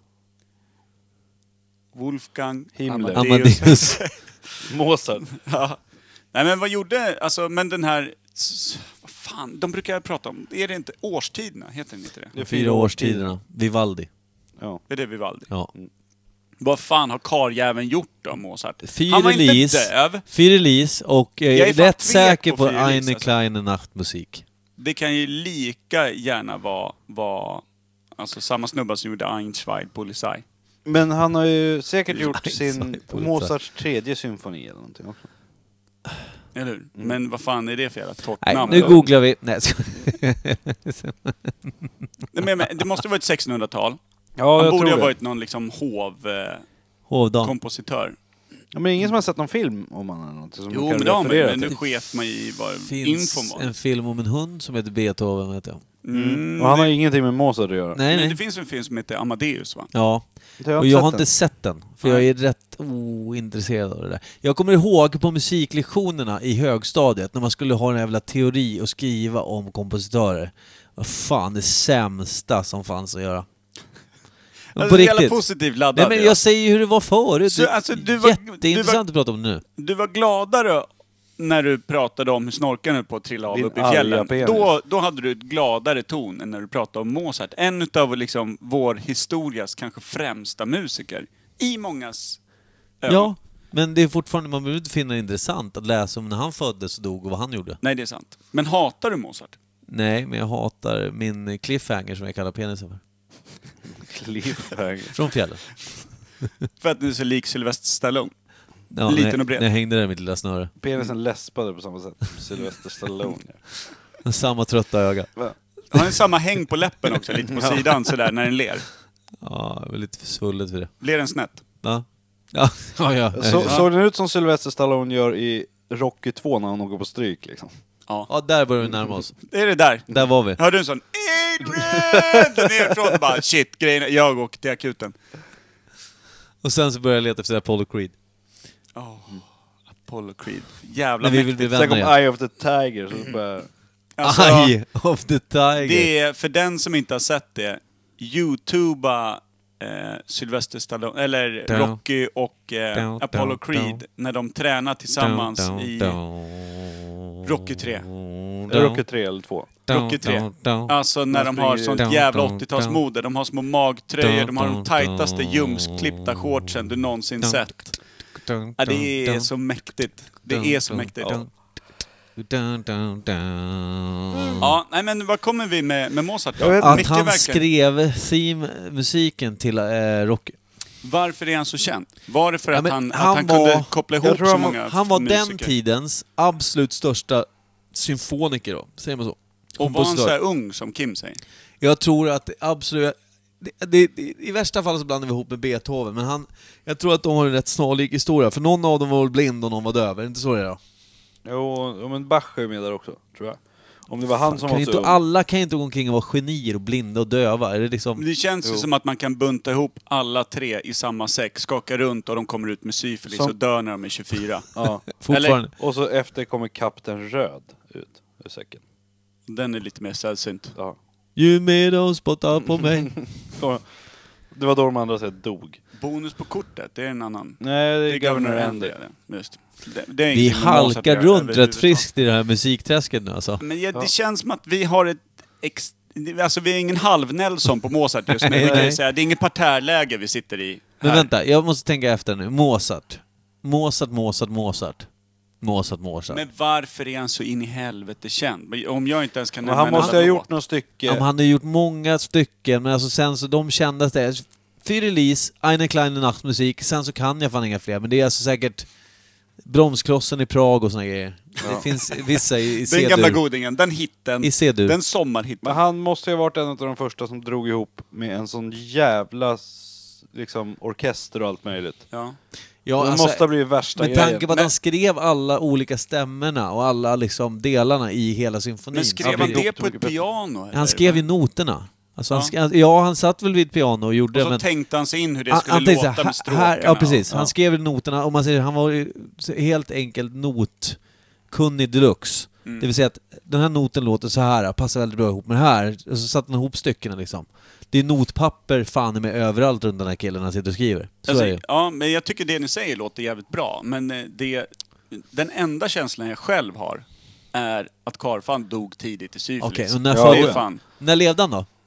[SPEAKER 1] Wolfgang
[SPEAKER 2] Himmler.
[SPEAKER 6] Amadeus.
[SPEAKER 2] Mozart.
[SPEAKER 1] Ja. Nej men vad gjorde, alltså men den här, vad fan, de brukar prata om, är det inte årstiderna, heter den inte det?
[SPEAKER 2] Det är
[SPEAKER 6] 4 årstiderna. Vivaldi.
[SPEAKER 2] Ja.
[SPEAKER 1] Är det Vivaldi?
[SPEAKER 6] Ja.
[SPEAKER 1] Vad fan har karljäveln gjort då, Mozart? Han var inte
[SPEAKER 6] Fyrelis.
[SPEAKER 1] döv.
[SPEAKER 6] Fyrelis och
[SPEAKER 1] Jag är fan
[SPEAKER 6] rätt
[SPEAKER 1] tvek
[SPEAKER 6] säker
[SPEAKER 1] på
[SPEAKER 6] på
[SPEAKER 1] Fyrelis,
[SPEAKER 6] Eine
[SPEAKER 1] alltså.
[SPEAKER 6] kleine Nachtmusik.
[SPEAKER 1] Det kan ju lika gärna vara alltså samma snubbar som gjorde Ein, zwei, Polizei.
[SPEAKER 2] Men han har ju säkert gjort
[SPEAKER 6] Nej,
[SPEAKER 2] sin
[SPEAKER 6] sorry,
[SPEAKER 2] Mozarts 3:e symfoni eller någonting också.
[SPEAKER 1] Eller hur? Men vad fan är det för jävla torrt
[SPEAKER 6] Nej,
[SPEAKER 1] namn?
[SPEAKER 6] nu googlar vi. Nej,
[SPEAKER 1] Nej, men det måste ha varit 1600-tal.
[SPEAKER 2] Ja,
[SPEAKER 1] Han
[SPEAKER 2] jag
[SPEAKER 1] borde
[SPEAKER 2] tror
[SPEAKER 1] ha
[SPEAKER 2] det.
[SPEAKER 1] varit någon liksom
[SPEAKER 6] Hovdan.
[SPEAKER 1] hovkompositör.
[SPEAKER 2] Ja, men ingen som har sett någon film om han eller någonting som
[SPEAKER 1] Jo,
[SPEAKER 2] man kan
[SPEAKER 1] men det har man ju,
[SPEAKER 2] referera
[SPEAKER 1] men
[SPEAKER 2] till.
[SPEAKER 1] nu sket man i vad
[SPEAKER 6] Finns
[SPEAKER 1] infon var.
[SPEAKER 6] en film om en hund som heter Beethoven, vet jag.
[SPEAKER 2] Och han har ju ingenting med Mozart att göra.
[SPEAKER 6] Nej,
[SPEAKER 1] Men det
[SPEAKER 6] nej.
[SPEAKER 1] finns en film som heter Amadeus, va?
[SPEAKER 6] Ja,
[SPEAKER 2] Det har
[SPEAKER 6] och jag har
[SPEAKER 2] sett
[SPEAKER 6] inte sett den. För jag är rätt ointresserad av det där. Jag kommer ihåg på musiklektionerna i högstadiet när man skulle ha en jävla teori och skriva om kompositörer. Vad fan, det sämsta som fanns att göra.
[SPEAKER 1] Alltså,
[SPEAKER 6] På
[SPEAKER 1] det är jävla
[SPEAKER 6] riktigt.
[SPEAKER 1] positivt laddad.
[SPEAKER 6] Nej, men jag säger ju hur det var förut.
[SPEAKER 1] Så, alltså, du var-
[SPEAKER 6] Jätteintressant att prata om nu.
[SPEAKER 1] Du var gladare när du pratade om hur snorken höll på att trilla av
[SPEAKER 2] Din
[SPEAKER 1] uppe i
[SPEAKER 2] arga
[SPEAKER 1] fjällen.
[SPEAKER 2] penis.
[SPEAKER 1] Då hade du ett gladare ton än när du pratade om Mozart. En utav liksom vår historias kanske främsta musiker. I mångas ögon.
[SPEAKER 6] Ja, Men det är fortfarande, man behöver inte finna det intressant att läsa om när han föddes och dog och vad han gjorde.
[SPEAKER 1] Nej, det är sant. Men hatar du Mozart?
[SPEAKER 6] Nej, men jag hatar min cliffhanger som jag kallar penisen för.
[SPEAKER 2] Cliffhanger.
[SPEAKER 6] Från fjällen.
[SPEAKER 1] För att du är så lik Sylvester Stallone.
[SPEAKER 6] Ja,
[SPEAKER 1] Liten och bred.
[SPEAKER 6] när jag hängde där i mitt lilla snöre.
[SPEAKER 2] Penisen läspade på samma sätt som Sylvester Stallone.
[SPEAKER 6] Samma trötta öga.
[SPEAKER 1] Har den samma häng på läppen också, lite på sidan sådär när den ler?
[SPEAKER 6] Ja, jag var lite för svullet för det.
[SPEAKER 1] Ler den snett?
[SPEAKER 6] Ja. Ja.
[SPEAKER 2] Såg den ut som Sylvester Stallone gör i Rocky 2 när han åker på stryk liksom?
[SPEAKER 6] Ja, där börjar vi närma oss.
[SPEAKER 1] Det är det där.
[SPEAKER 6] Där var vi.
[SPEAKER 1] Hörde du en sån Adrian nerifrån och bara shit, grejerna, jag åker till akuten.
[SPEAKER 6] Och sen så började jag leta efter Apollo Creed.
[SPEAKER 1] Apollo Creed. Jävla
[SPEAKER 6] Men vi vill bli
[SPEAKER 1] mäktigt.
[SPEAKER 2] Sen
[SPEAKER 6] vänner
[SPEAKER 2] kom
[SPEAKER 6] igen.
[SPEAKER 2] Eye of the Tiger så bara...
[SPEAKER 1] Alltså,
[SPEAKER 6] Eye of the Tiger.
[SPEAKER 1] det är, för den som inte har sett det, YouTubea Sylvester Stallone, eller
[SPEAKER 6] Down.
[SPEAKER 1] Rocky och
[SPEAKER 6] Down,
[SPEAKER 1] Apollo
[SPEAKER 6] down,
[SPEAKER 1] Creed
[SPEAKER 6] down.
[SPEAKER 1] när de tränar tillsammans i Rocky 3.
[SPEAKER 2] Rocky 3 eller 2.
[SPEAKER 1] Rocky 3. Alltså när de har sånt
[SPEAKER 6] Down,
[SPEAKER 1] jävla
[SPEAKER 6] down,
[SPEAKER 1] 80-talsmode. De har små magtröjor,
[SPEAKER 6] Down,
[SPEAKER 1] de har de
[SPEAKER 6] down,
[SPEAKER 1] tajtaste
[SPEAKER 6] down.
[SPEAKER 1] ljumsklippta shortsen du någonsin
[SPEAKER 6] Down,
[SPEAKER 1] sett. Ja, det är så mäktigt. Det är så mäktigt. Ja, nej men vad kommer vi med Mozart då?
[SPEAKER 2] Jag vet
[SPEAKER 6] Att
[SPEAKER 1] Mycket
[SPEAKER 6] han
[SPEAKER 1] verkligen.
[SPEAKER 6] skrev theme-musiken till Rocky.
[SPEAKER 1] Varför är han så känd? Var det för
[SPEAKER 6] Ja,
[SPEAKER 1] att
[SPEAKER 6] men
[SPEAKER 1] han
[SPEAKER 6] han
[SPEAKER 1] kunde
[SPEAKER 6] var-
[SPEAKER 1] koppla
[SPEAKER 2] jag
[SPEAKER 1] ihop
[SPEAKER 2] tror
[SPEAKER 1] så
[SPEAKER 2] han var-
[SPEAKER 1] många
[SPEAKER 6] Han var den
[SPEAKER 1] musiker?
[SPEAKER 6] tidens absolut största symfoniker då, säger man så.
[SPEAKER 1] Och var han så
[SPEAKER 6] Kompositör.
[SPEAKER 1] här ung som Kim säger?
[SPEAKER 6] Jag tror att absolut... I värsta fall så blandar vi ihop med Beethoven, men jag tror att de har en rätt snarlik historia. För någon av dem var väl blind och någon var döv, är det inte så det är då?
[SPEAKER 2] Jo, men Bach är med där också, tror jag. Om det var han som
[SPEAKER 6] Kan
[SPEAKER 2] var
[SPEAKER 6] inte,
[SPEAKER 2] så ung.
[SPEAKER 6] alla kan inte gå omkring och vara genier och blinda och döva. Är det liksom...
[SPEAKER 1] Det känns ju som att man kan bunta ihop alla tre i samma säck, skaka runt och de kommer ut med syfilis
[SPEAKER 2] Som-
[SPEAKER 1] och dör när de är 24.
[SPEAKER 2] Ja.
[SPEAKER 6] Fortfarande.
[SPEAKER 2] Och så efter kommer Kapten Röd ut ur säcken.
[SPEAKER 1] Den är lite mer sällsynt.
[SPEAKER 2] Ja.
[SPEAKER 6] You made us spotta på mig.
[SPEAKER 2] Det var då de andra dog.
[SPEAKER 1] Bonus på kortet, det är en annan.
[SPEAKER 2] Nej, det är Governor
[SPEAKER 1] Andy.
[SPEAKER 2] Andy.
[SPEAKER 1] Just. Det är
[SPEAKER 6] Vi
[SPEAKER 1] ingenting med Mozart
[SPEAKER 6] halkar
[SPEAKER 1] att göra
[SPEAKER 6] runt rätt
[SPEAKER 1] överhuvudtaget.
[SPEAKER 6] friskt i det här musikträsket nu alltså.
[SPEAKER 1] Men det känns som att vi har ett... Alltså vi är ingen halv-Nelson på Mozart just nu.
[SPEAKER 6] Nej,
[SPEAKER 1] Det kan jag
[SPEAKER 6] nej.
[SPEAKER 1] säga. Det är inget parterläge vi sitter i
[SPEAKER 6] Men
[SPEAKER 1] här.
[SPEAKER 6] vänta, jag måste tänka efter nu. Mozart.
[SPEAKER 1] Men varför är han så in i helvete känd? Om jag inte ens kan
[SPEAKER 2] Men han
[SPEAKER 1] nämna en
[SPEAKER 2] måste ha
[SPEAKER 1] enda
[SPEAKER 2] gjort
[SPEAKER 1] låt.
[SPEAKER 2] något stycke.
[SPEAKER 6] Ja, men han har gjort många stycken, men alltså sen så de kändaste är Für Elise, Eine kleine Nachtmusik, sen så kan jag fan inga fler, men det är alltså säkert Bromsklossen i Prag och såna grejer. Det finns vissa i
[SPEAKER 1] Den
[SPEAKER 6] C-dur.
[SPEAKER 1] gamla godingen, den hitten,
[SPEAKER 6] I C-dur.
[SPEAKER 1] den sommarhitten.
[SPEAKER 2] Men han måste ju ha varit en av de första som drog ihop med en sån jävla liksom, orkester och allt möjligt.
[SPEAKER 1] Ja.
[SPEAKER 6] Ja,
[SPEAKER 2] det
[SPEAKER 6] alltså,
[SPEAKER 2] måste ha blivit värsta
[SPEAKER 6] med
[SPEAKER 2] grejen.
[SPEAKER 6] tanke på att han skrev alla olika stämmorna och alla liksom delarna i hela symfonin.
[SPEAKER 1] Men skrev
[SPEAKER 2] Ja,
[SPEAKER 1] han
[SPEAKER 2] det
[SPEAKER 1] det
[SPEAKER 2] är
[SPEAKER 1] på ett
[SPEAKER 2] mycket bättre.
[SPEAKER 1] piano? Eller?
[SPEAKER 6] Han skrev ju noterna. Alltså
[SPEAKER 1] Ja.
[SPEAKER 6] han satt väl vid piano och gjorde
[SPEAKER 1] Och
[SPEAKER 6] det,
[SPEAKER 1] så
[SPEAKER 6] men...
[SPEAKER 1] tänkte han sig in hur det
[SPEAKER 6] Han
[SPEAKER 1] skulle
[SPEAKER 6] tänkte
[SPEAKER 1] låta
[SPEAKER 6] så
[SPEAKER 1] med stråkarna.
[SPEAKER 6] ja, precis.
[SPEAKER 1] och-
[SPEAKER 6] Han skrev noterna, och man säger han var ju helt enkelt notkunnig deluxe.
[SPEAKER 1] Mm.
[SPEAKER 6] Det vill säga att den här noten låter så här, passar väldigt bra ihop med det här. Och så satte han ihop styckena liksom. Det är notpapper fan med överallt runt den här killen han sitter och skriver. Så
[SPEAKER 1] Alltså,
[SPEAKER 6] är det ju.
[SPEAKER 1] ja, men jag tycker det ni säger låter jävligt bra. Men den enda känslan jag själv har är att karlfan dog tidigt i syfilis.
[SPEAKER 6] Okej, och när
[SPEAKER 2] Ja,
[SPEAKER 1] det
[SPEAKER 6] födde-
[SPEAKER 1] är fan.
[SPEAKER 6] När levde han då?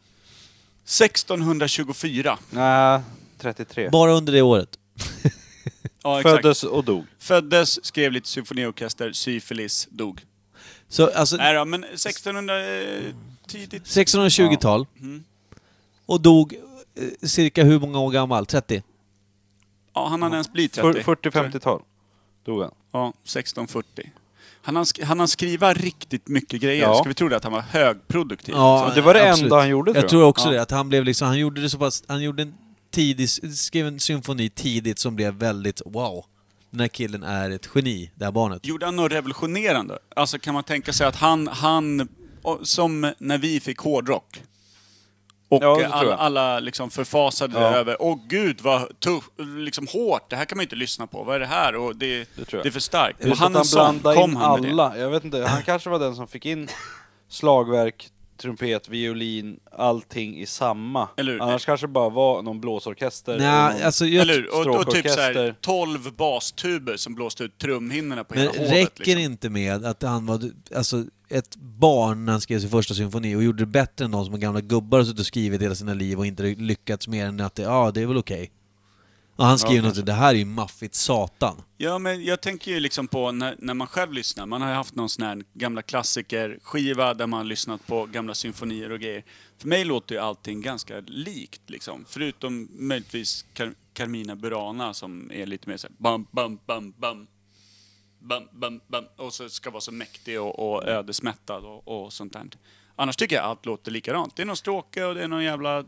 [SPEAKER 1] 1624.
[SPEAKER 2] Nej, 33.
[SPEAKER 6] Bara under det året.
[SPEAKER 1] Ja, exakt.
[SPEAKER 2] Föddes och dog.
[SPEAKER 1] Föddes, skrev lite symfoniorkester, syfilis, dog.
[SPEAKER 6] Så alltså,
[SPEAKER 1] Nej då, men 1600 tidigt.
[SPEAKER 6] 1620-tal.
[SPEAKER 1] Mm.
[SPEAKER 6] Och dog cirka hur många år gammal? 30?
[SPEAKER 1] Ja, han hann ens bli 30.
[SPEAKER 2] 40-50-tal dog han.
[SPEAKER 1] Ja, 1640. Han har skrivit riktigt mycket grejer.
[SPEAKER 2] Ja.
[SPEAKER 1] Ska vi tro det att han var högproduktiv?
[SPEAKER 6] Ja,
[SPEAKER 2] Det var det
[SPEAKER 6] absolut.
[SPEAKER 2] enda han gjorde,
[SPEAKER 6] Jag
[SPEAKER 2] tror
[SPEAKER 6] tror också
[SPEAKER 1] Ja.
[SPEAKER 6] det, att han blev liksom, han gjorde det så pass, han gjorde en tidig, skrev en symfoni tidigt som blev väldigt wow. Den här killen är ett geni, det här barnet.
[SPEAKER 1] Gjorde han något revolutionerande? Alltså kan man tänka sig att han som när vi fick hårdrock. Och
[SPEAKER 2] Ja, det tror jag.
[SPEAKER 1] alla liksom förfasade
[SPEAKER 2] Ja.
[SPEAKER 1] över, åh gud vad liksom hårt, det här kan man inte lyssna på, vad är det här? Och det
[SPEAKER 2] Det tror jag.
[SPEAKER 1] är för starkt.
[SPEAKER 2] Just
[SPEAKER 1] Och han
[SPEAKER 2] att
[SPEAKER 1] en sån,
[SPEAKER 2] blandade
[SPEAKER 1] kom
[SPEAKER 2] in
[SPEAKER 1] han med det?
[SPEAKER 2] alla. Jag vet inte, han kanske var den som fick in slagverk, trumpet, violin, allting i samma.
[SPEAKER 1] Eller hur?
[SPEAKER 2] Annars kanske bara var någon blåsorkester.
[SPEAKER 6] Nej,
[SPEAKER 2] eller någon...
[SPEAKER 6] alltså jag,
[SPEAKER 1] Eller hur? Och typ
[SPEAKER 2] stråkorkester.
[SPEAKER 1] såhär 12 bastuber som blåste ut trumhinnorna på
[SPEAKER 6] men
[SPEAKER 1] hela hovet.
[SPEAKER 6] räcker
[SPEAKER 1] Liksom.
[SPEAKER 6] inte med att han var alltså, ett barn när han skrev sin första symfoni och gjorde det bättre än de som är gamla gubbar och suttit och skrivit hela sina liv och inte lyckats mer än att det är väl okej. Och han skriver något, det här är ju maffigt satan.
[SPEAKER 1] Ja, men jag tänker ju liksom på när man själv lyssnar. Man har ju haft någon sån här gamla klassiker-skiva där man har lyssnat på gamla symfonier och grejer. För mig låter ju allting ganska likt liksom. Förutom möjligtvis Carmina Burana som är lite mer såhär bam, bam, bam, bam. Bam, bam, bam. Och så ska vara så mäktig och ödesmättad och sånt där. Annars tycker jag allt låter likadant. Det är någon stråke och det är någon jävla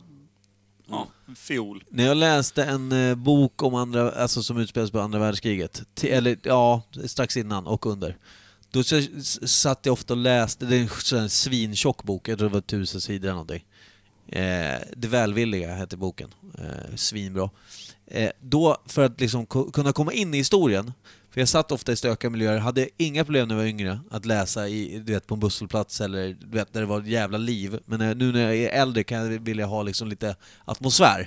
[SPEAKER 1] fiol.
[SPEAKER 6] När jag läste en bok om alltså som utspelas på andra världskriget, strax innan och under, då satt jag ofta och läste, det är en svintjock bok, jag tror det var 1000 sidor eller någonting. Det välvilliga hette boken. Svinbra. Då, för att liksom kunna komma in i historien, för jag satt ofta i stökiga miljöer, hade inga problem när jag var yngre att läsa på en busshållplats eller där det var ett jävla liv. Men nu när jag är äldre vill jag ha liksom lite atmosfär.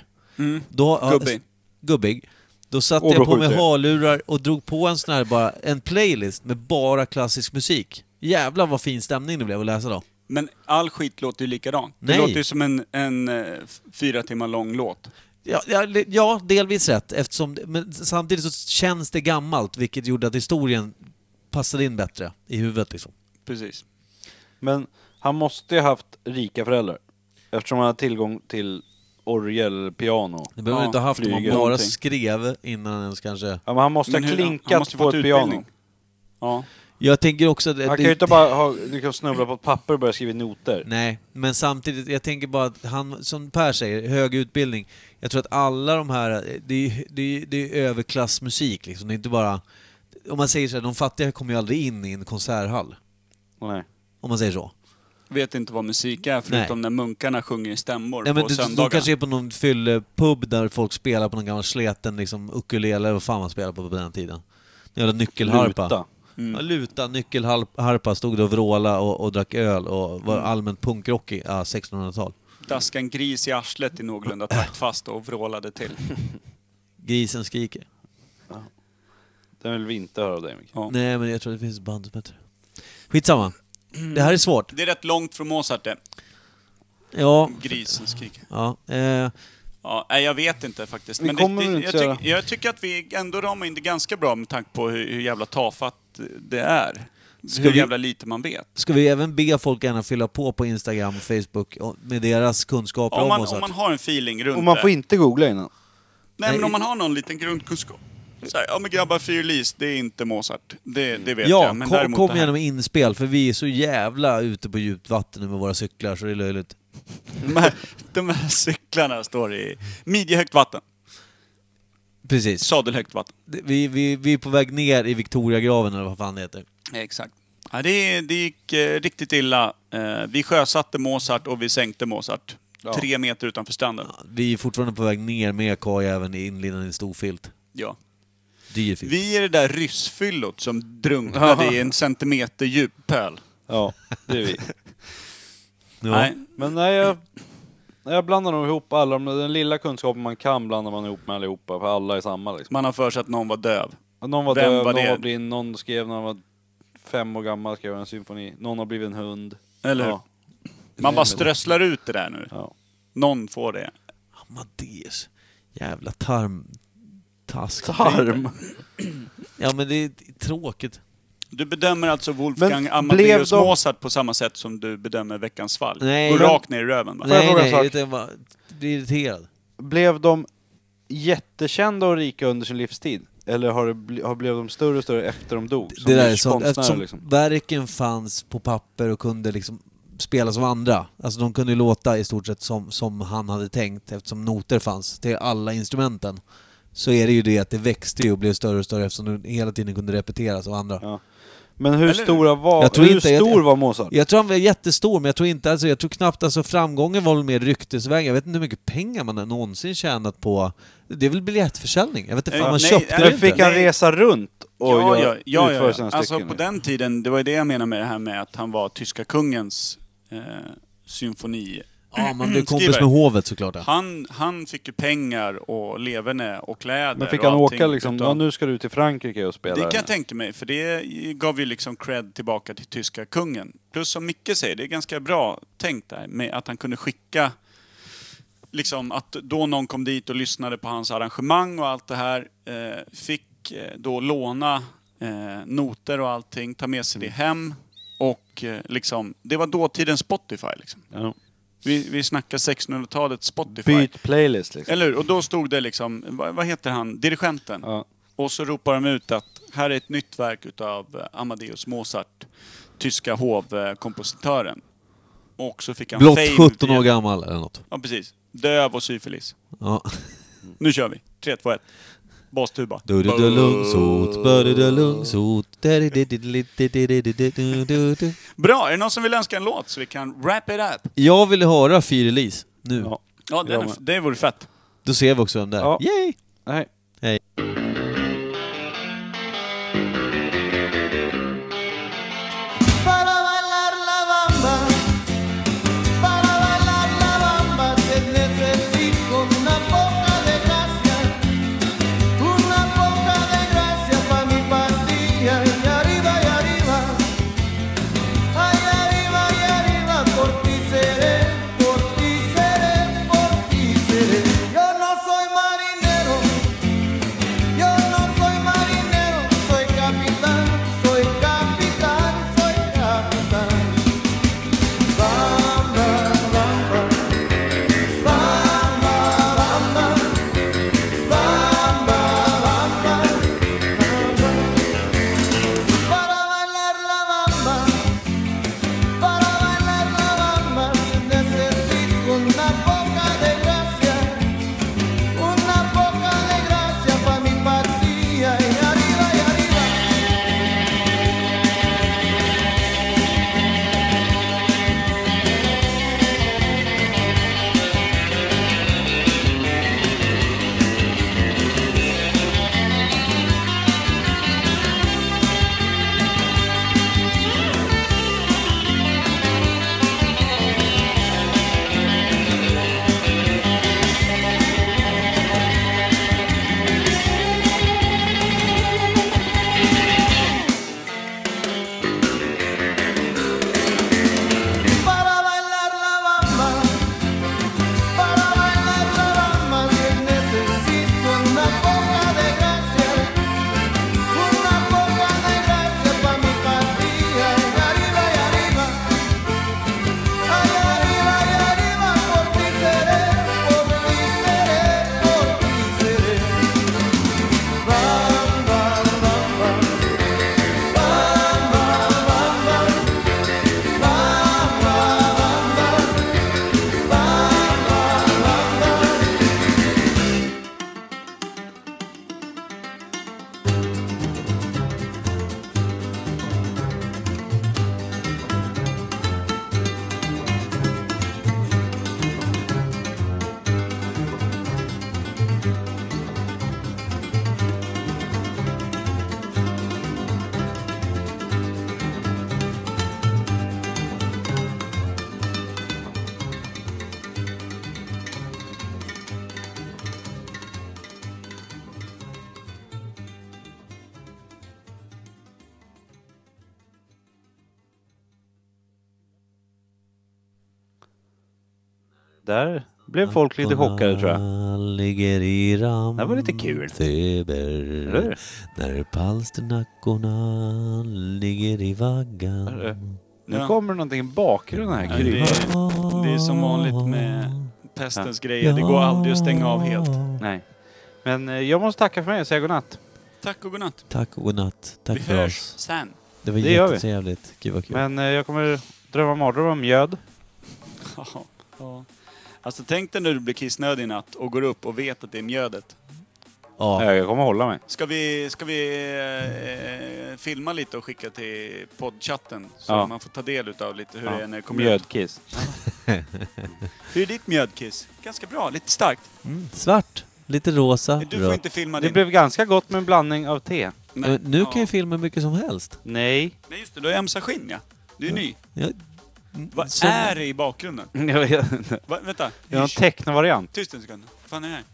[SPEAKER 6] Gubbig. Då satte jag på mig hörlurar och drog på en sån här en playlist med bara klassisk musik. Jävlar vad fin stämning det blev att läsa då.
[SPEAKER 1] Men all skit låter ju likadant. Det låter ju som en 4 timmar lång låt.
[SPEAKER 6] Ja, delvis rätt. Men samtidigt så känns det gammalt, vilket gjorde att historien passade in bättre i huvudet liksom.
[SPEAKER 1] Precis.
[SPEAKER 2] Men han måste ju haft rika föräldrar. Eftersom han har tillgång till orgel, piano.
[SPEAKER 6] Det behöver inte ha haft om man bara skrev innan ens kanske.
[SPEAKER 2] Ja, men han måste ha klinkat på ett piano.
[SPEAKER 1] Ja.
[SPEAKER 6] Jag tänker också att
[SPEAKER 2] han kan ju inte bara liksom snubbla på ett papper och börja skriva noter.
[SPEAKER 6] Nej, men samtidigt, jag tänker bara att han, som Per säger, hög utbildning. Jag tror att alla de här, det är överklassmusik liksom. Det är inte bara, om man säger så här, de fattiga kommer ju aldrig in i en konserthall.
[SPEAKER 2] Nej.
[SPEAKER 6] Om man säger så.
[SPEAKER 1] Vet inte vad musik är förutom när munkarna sjunger i stämmor på söndagar.
[SPEAKER 6] De kanske är på någon fyllepub där folk spelar på någon gammal sleten liksom ukulele eller vad fan man spelar på den tiden. Jävla nyckelharpa. Luta, nyckelharpa, stod och vråla och drack öl och var allmänt punkrockig 1600-tal.
[SPEAKER 1] Daska en gris i arslet i någorlunda takt fast och vrålade till.
[SPEAKER 6] Grisen skriker.
[SPEAKER 2] Ja. Den vill vi inte höra av dig, Mikael.
[SPEAKER 6] Ja. Nej, men jag tror det finns band som bättre. Skitsamma. Det här är svårt.
[SPEAKER 1] Det är rätt långt från Mozart det.
[SPEAKER 6] Ja.
[SPEAKER 1] Grisen skriker.
[SPEAKER 6] Ja,
[SPEAKER 1] ja, jag vet inte faktiskt. Men jag tycker att vi ändå ramar in det ganska bra med tanke på hur jävla tafatt det är. Hur jävla lite man vet.
[SPEAKER 6] Ska vi även be folk gärna fylla på Instagram och Facebook med deras kunskaper om Mozart?
[SPEAKER 1] Om man har en feeling runt det.
[SPEAKER 2] Och man får inte googla innan.
[SPEAKER 1] Nej, men om man har någon liten grundkunskap. Så här, men grabbar, Fyrlis, det är inte Mozart. Det vet jag. Men
[SPEAKER 6] kom gärna med inspel, för vi är så jävla ute på djupt vatten nu med våra cyklar, så det är löjligt.
[SPEAKER 1] De här cyklarna står i midjehögt vatten.
[SPEAKER 6] Precis.
[SPEAKER 1] Sadelhögt vatten.
[SPEAKER 6] Vi är på väg ner i Victoriagraven, eller vad fan det heter.
[SPEAKER 1] Exakt. Ja, det gick riktigt illa. Vi sjösatte Mozart och vi sänkte Mozart. 3 meter utanför stranden. Ja,
[SPEAKER 6] vi är fortfarande på väg ner med även i inlidan i storfilt.
[SPEAKER 1] Ja.
[SPEAKER 6] Dyrfilt.
[SPEAKER 1] Vi är det där ryssfyllot som drunknade i en centimeter djup pöl.
[SPEAKER 2] Ja, det är vi.
[SPEAKER 6] Ja.
[SPEAKER 1] Nej.
[SPEAKER 2] Men jag blandar nog ihop alla. Den lilla kunskapen man kan blandar man ihop med allihopa. För alla är samma liksom.
[SPEAKER 1] Man har för sig att någon var döv.
[SPEAKER 2] Någon var döv, någon var blind, någon skrev när han var 5 år gammal, skrev en symfoni. Någon har blivit en hund.
[SPEAKER 1] Eller hur? Man bara strösslar ut det där nu.
[SPEAKER 2] Ja.
[SPEAKER 1] Någon får det.
[SPEAKER 6] Amadeus. Jävla tarmtask.
[SPEAKER 2] Tarm?
[SPEAKER 6] Ja, men det är tråkigt.
[SPEAKER 1] Du bedömer alltså Wolfgang Amadeus Mozart på samma sätt som du bedömer Veckans fall?
[SPEAKER 6] Nej.
[SPEAKER 1] Går rakt ner i röven, va?
[SPEAKER 6] Nej, jag blir irriterad.
[SPEAKER 2] Blev de jättekända och rika under sin livstid? Eller blev de större och större efter de dog?
[SPEAKER 6] Det där är så, eftersom
[SPEAKER 2] liksom.
[SPEAKER 6] verken fanns på papper och kunde liksom spela som andra. Alltså de kunde ju låta i stort sett som han hade tänkt, eftersom noter fanns till alla instrumenten. Så är det ju det att det växte ju och blev större och större eftersom det hela tiden kunde repeteras av andra.
[SPEAKER 2] Ja. Men hur stor var Mozart?
[SPEAKER 6] Jag tror han var jättestor, men jag tror knappt alltså framgången var mer ryktesväg. Jag vet inte hur mycket pengar man någonsin tjänat på. Det är väl biljettförsäljning. Jag vet inte fan man köpte det inte.
[SPEAKER 2] Fick han resa runt och
[SPEAKER 1] utföra sina stycken? Alltså på den tiden, det var ju det jag menar med det här med att han var tyska kungens symfoni.
[SPEAKER 6] Ja, man blev kompis med hovet såklart.
[SPEAKER 1] Han fick ju pengar och leverne och kläder.
[SPEAKER 2] Men fick han åka liksom, nu ska du till Frankrike och spela?
[SPEAKER 1] Det kan jag tänka mig, för det gav ju liksom cred tillbaka till tyska kungen. Plus som Micke säger, det är ganska bra tänkt där med att han kunde skicka liksom att då någon kom dit och lyssnade på hans arrangemang och allt det här, fick då låna noter och allting, ta med sig det hem och liksom, det var dåtidens Spotify liksom.
[SPEAKER 2] Ja.
[SPEAKER 1] Vi snackar 1600-talets Spotify.
[SPEAKER 2] Byt playlist liksom.
[SPEAKER 1] Eller hur? Och då stod det liksom, vad heter han? Dirigenten.
[SPEAKER 2] Ja.
[SPEAKER 1] Och så ropar de ut att här är ett nytt verk utav Amadeus Mozart, tyska hovkompositören. Och så fick han
[SPEAKER 6] Blott
[SPEAKER 1] fame
[SPEAKER 6] 17 år gammal eller något.
[SPEAKER 1] Ja, precis. Döv och syfilis.
[SPEAKER 6] Ja.
[SPEAKER 1] Nu kör vi. 3, 2, 1. Bastuba.
[SPEAKER 6] Lungsot.
[SPEAKER 1] Bra, är det någon som vill önska en låt så vi kan wrap it up?
[SPEAKER 6] Jag vill höra Fyr-Elise nu.
[SPEAKER 2] Ja.
[SPEAKER 1] Ja, det vore fett.
[SPEAKER 6] Då ser vi också vem det är.
[SPEAKER 2] Ja.
[SPEAKER 6] Yay!
[SPEAKER 2] Nej.
[SPEAKER 6] Hej.
[SPEAKER 2] Där blev folk lite chockade tror jag.
[SPEAKER 6] Ligger i ram.
[SPEAKER 2] Det var lite kul.
[SPEAKER 6] Feber. När palsternackorna ligger i vaggan.
[SPEAKER 2] Nu kommer det någonting i bakgrunden här.
[SPEAKER 1] Det är som vanligt med pestens grejer. Det går aldrig att stänga av helt.
[SPEAKER 2] Nej. Men jag måste tacka för mig och säga godnatt.
[SPEAKER 1] Tack och godnatt.
[SPEAKER 6] Tack och godnatt. Tack
[SPEAKER 1] vi
[SPEAKER 6] för
[SPEAKER 1] hörs
[SPEAKER 6] oss.
[SPEAKER 1] Sen.
[SPEAKER 6] Det var jättetrevligt. Gud vad kul.
[SPEAKER 2] Men jag kommer drömma mardrömmar om mjöd.
[SPEAKER 1] Ja. Alltså tänk dig när du blir kissnödig i natt och går upp och vet att det är mjödet.
[SPEAKER 6] Ja.
[SPEAKER 2] Jag kommer hålla mig.
[SPEAKER 1] Ska vi filma lite och skicka till poddchatten så man får ta del av lite hur det är när det kommer
[SPEAKER 2] mjödkiss.
[SPEAKER 1] Hur är ditt mjödkiss? Ganska bra, lite starkt.
[SPEAKER 6] Svart, lite rosa.
[SPEAKER 1] Du får inte filma
[SPEAKER 2] det blev ganska gott med en blandning av te.
[SPEAKER 6] Nej. Nu kan jag filma mycket som helst.
[SPEAKER 2] Nej.
[SPEAKER 1] Nej just det, du har Emsa skinn ja. Du är ny.
[SPEAKER 6] Ja.
[SPEAKER 1] Vad är det i bakgrunden? Vänta.
[SPEAKER 2] Jag har en tecknavariant.
[SPEAKER 1] Tyst en sekund. Vad fan är det här?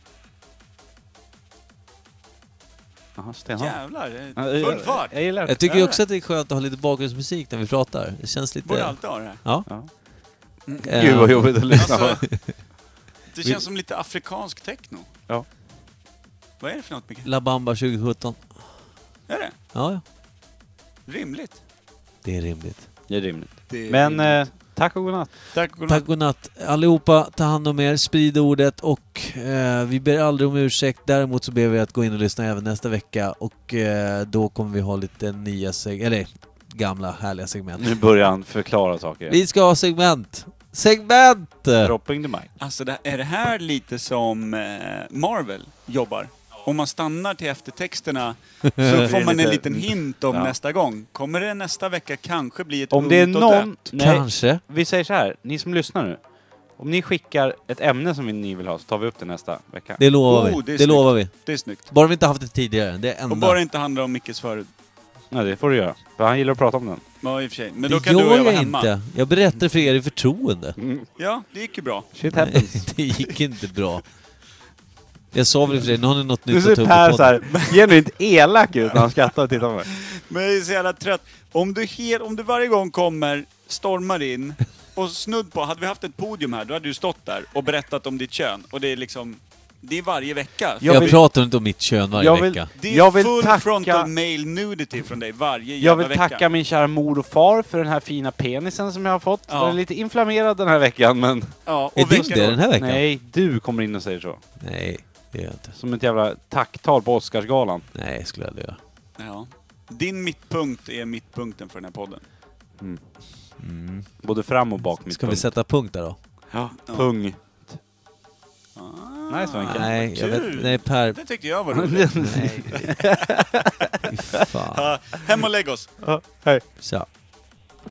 [SPEAKER 2] Jaha, stenhåll.
[SPEAKER 1] Jävlar, full fart.
[SPEAKER 6] Jag tycker också att det är skönt att ha lite bakgrundsmusik när vi pratar. Det känns lite...
[SPEAKER 1] Borde alltid ha det här.
[SPEAKER 6] Ja.
[SPEAKER 2] Gud vad jobbigt att lyssna på.
[SPEAKER 1] Det känns som lite afrikansk techno.
[SPEAKER 3] Ja.
[SPEAKER 1] Vad är det för något, Micke?
[SPEAKER 6] La Bamba 2017.
[SPEAKER 1] Är det?
[SPEAKER 6] Ja.
[SPEAKER 1] Rimligt.
[SPEAKER 6] Det är rimligt.
[SPEAKER 3] Det är rimligt.
[SPEAKER 1] Det är
[SPEAKER 3] Men
[SPEAKER 1] rimligt.
[SPEAKER 3] tack och godnatt.
[SPEAKER 1] Tack och godnatt.
[SPEAKER 6] Tack och natt. Allihopa, ta hand om er, sprid ordet och vi ber aldrig om ursäkt. Däremot så ber vi att gå in och lyssna även nästa vecka och då kommer vi ha lite nya gamla härliga segment.
[SPEAKER 3] Nu börjar han förklara saker.
[SPEAKER 6] Vi ska ha segment! Segment!
[SPEAKER 3] Dropping the mic.
[SPEAKER 1] Alltså, är det här lite som Marvel jobbar? Om man stannar till eftertexterna så får man en liten hint om nästa gång. Kommer det nästa vecka kanske bli ett
[SPEAKER 3] Om det är
[SPEAKER 1] ungt och
[SPEAKER 3] någon...
[SPEAKER 1] dött?
[SPEAKER 3] Nej,
[SPEAKER 6] Kanske.
[SPEAKER 3] vi säger så här, ni som lyssnar nu. Om ni skickar ett ämne som ni vill ha så tar vi upp det nästa vecka.
[SPEAKER 6] Det lovar vi.
[SPEAKER 1] Det är
[SPEAKER 6] Det
[SPEAKER 1] snyggt.
[SPEAKER 6] lovar vi.
[SPEAKER 1] Det är snyggt.
[SPEAKER 6] Bara vi inte haft det tidigare. Det är enda.
[SPEAKER 1] Och bara inte handlar om Mickes förut.
[SPEAKER 3] Nej, det får du göra. För han gillar att prata om den.
[SPEAKER 1] Ja, i och för sig. Men
[SPEAKER 6] det
[SPEAKER 1] då kan du och
[SPEAKER 6] gör
[SPEAKER 1] jag vara
[SPEAKER 6] jag
[SPEAKER 1] hemma.
[SPEAKER 6] inte. Jag berättar för er i förtroende.
[SPEAKER 1] Ja, det gick ju bra.
[SPEAKER 3] Shit happens.
[SPEAKER 6] Det gick inte bra. Jag sa väl i och för sig, någon är något
[SPEAKER 3] Nu
[SPEAKER 6] nytt
[SPEAKER 3] ser
[SPEAKER 6] att ta upp
[SPEAKER 3] Per
[SPEAKER 6] på
[SPEAKER 3] så här, genuint elak ut när han skrattar och tittar på mig.
[SPEAKER 1] Men jag är så jävla trött. Om du varje gång kommer, stormar in och snudd på, hade vi haft ett podium här, då hade du stått där och berättat om ditt kön. Och det är liksom, det är varje vecka.
[SPEAKER 6] Jag pratar inte om mitt kön varje vecka.
[SPEAKER 1] Det är
[SPEAKER 3] Jag vill
[SPEAKER 1] full
[SPEAKER 3] tacka-
[SPEAKER 1] frontal male nudity från dig varje jävla
[SPEAKER 3] Jag vill
[SPEAKER 1] vecka.
[SPEAKER 3] tacka min kära mor och far för den här fina penisen som jag har fått.
[SPEAKER 1] Ja.
[SPEAKER 3] Den är lite inflammerad den här veckan, men...
[SPEAKER 1] Ja,
[SPEAKER 6] Är
[SPEAKER 1] och
[SPEAKER 6] det den här veckan?
[SPEAKER 3] Nej, du kommer in och säger så.
[SPEAKER 6] Nej, det gör jag inte.
[SPEAKER 3] Som ett jävla tacktal på Oscarsgalan.
[SPEAKER 6] Nej, skulle jag aldrig göra.
[SPEAKER 1] Ja. Din mittpunkt är mittpunkten för den här podden.
[SPEAKER 3] Både fram och bak mitt
[SPEAKER 6] Ska vi sätta punkt där då?
[SPEAKER 3] Ja, pung.
[SPEAKER 1] Ah,
[SPEAKER 3] Nice, Vanke.
[SPEAKER 6] Nej, jag
[SPEAKER 1] kul.
[SPEAKER 6] vet, nej Per.
[SPEAKER 1] Det tyckte jag var roligt.
[SPEAKER 6] Nej. Fy fan.
[SPEAKER 1] Hem och lägg oss.
[SPEAKER 3] Ja, hej.
[SPEAKER 6] Så.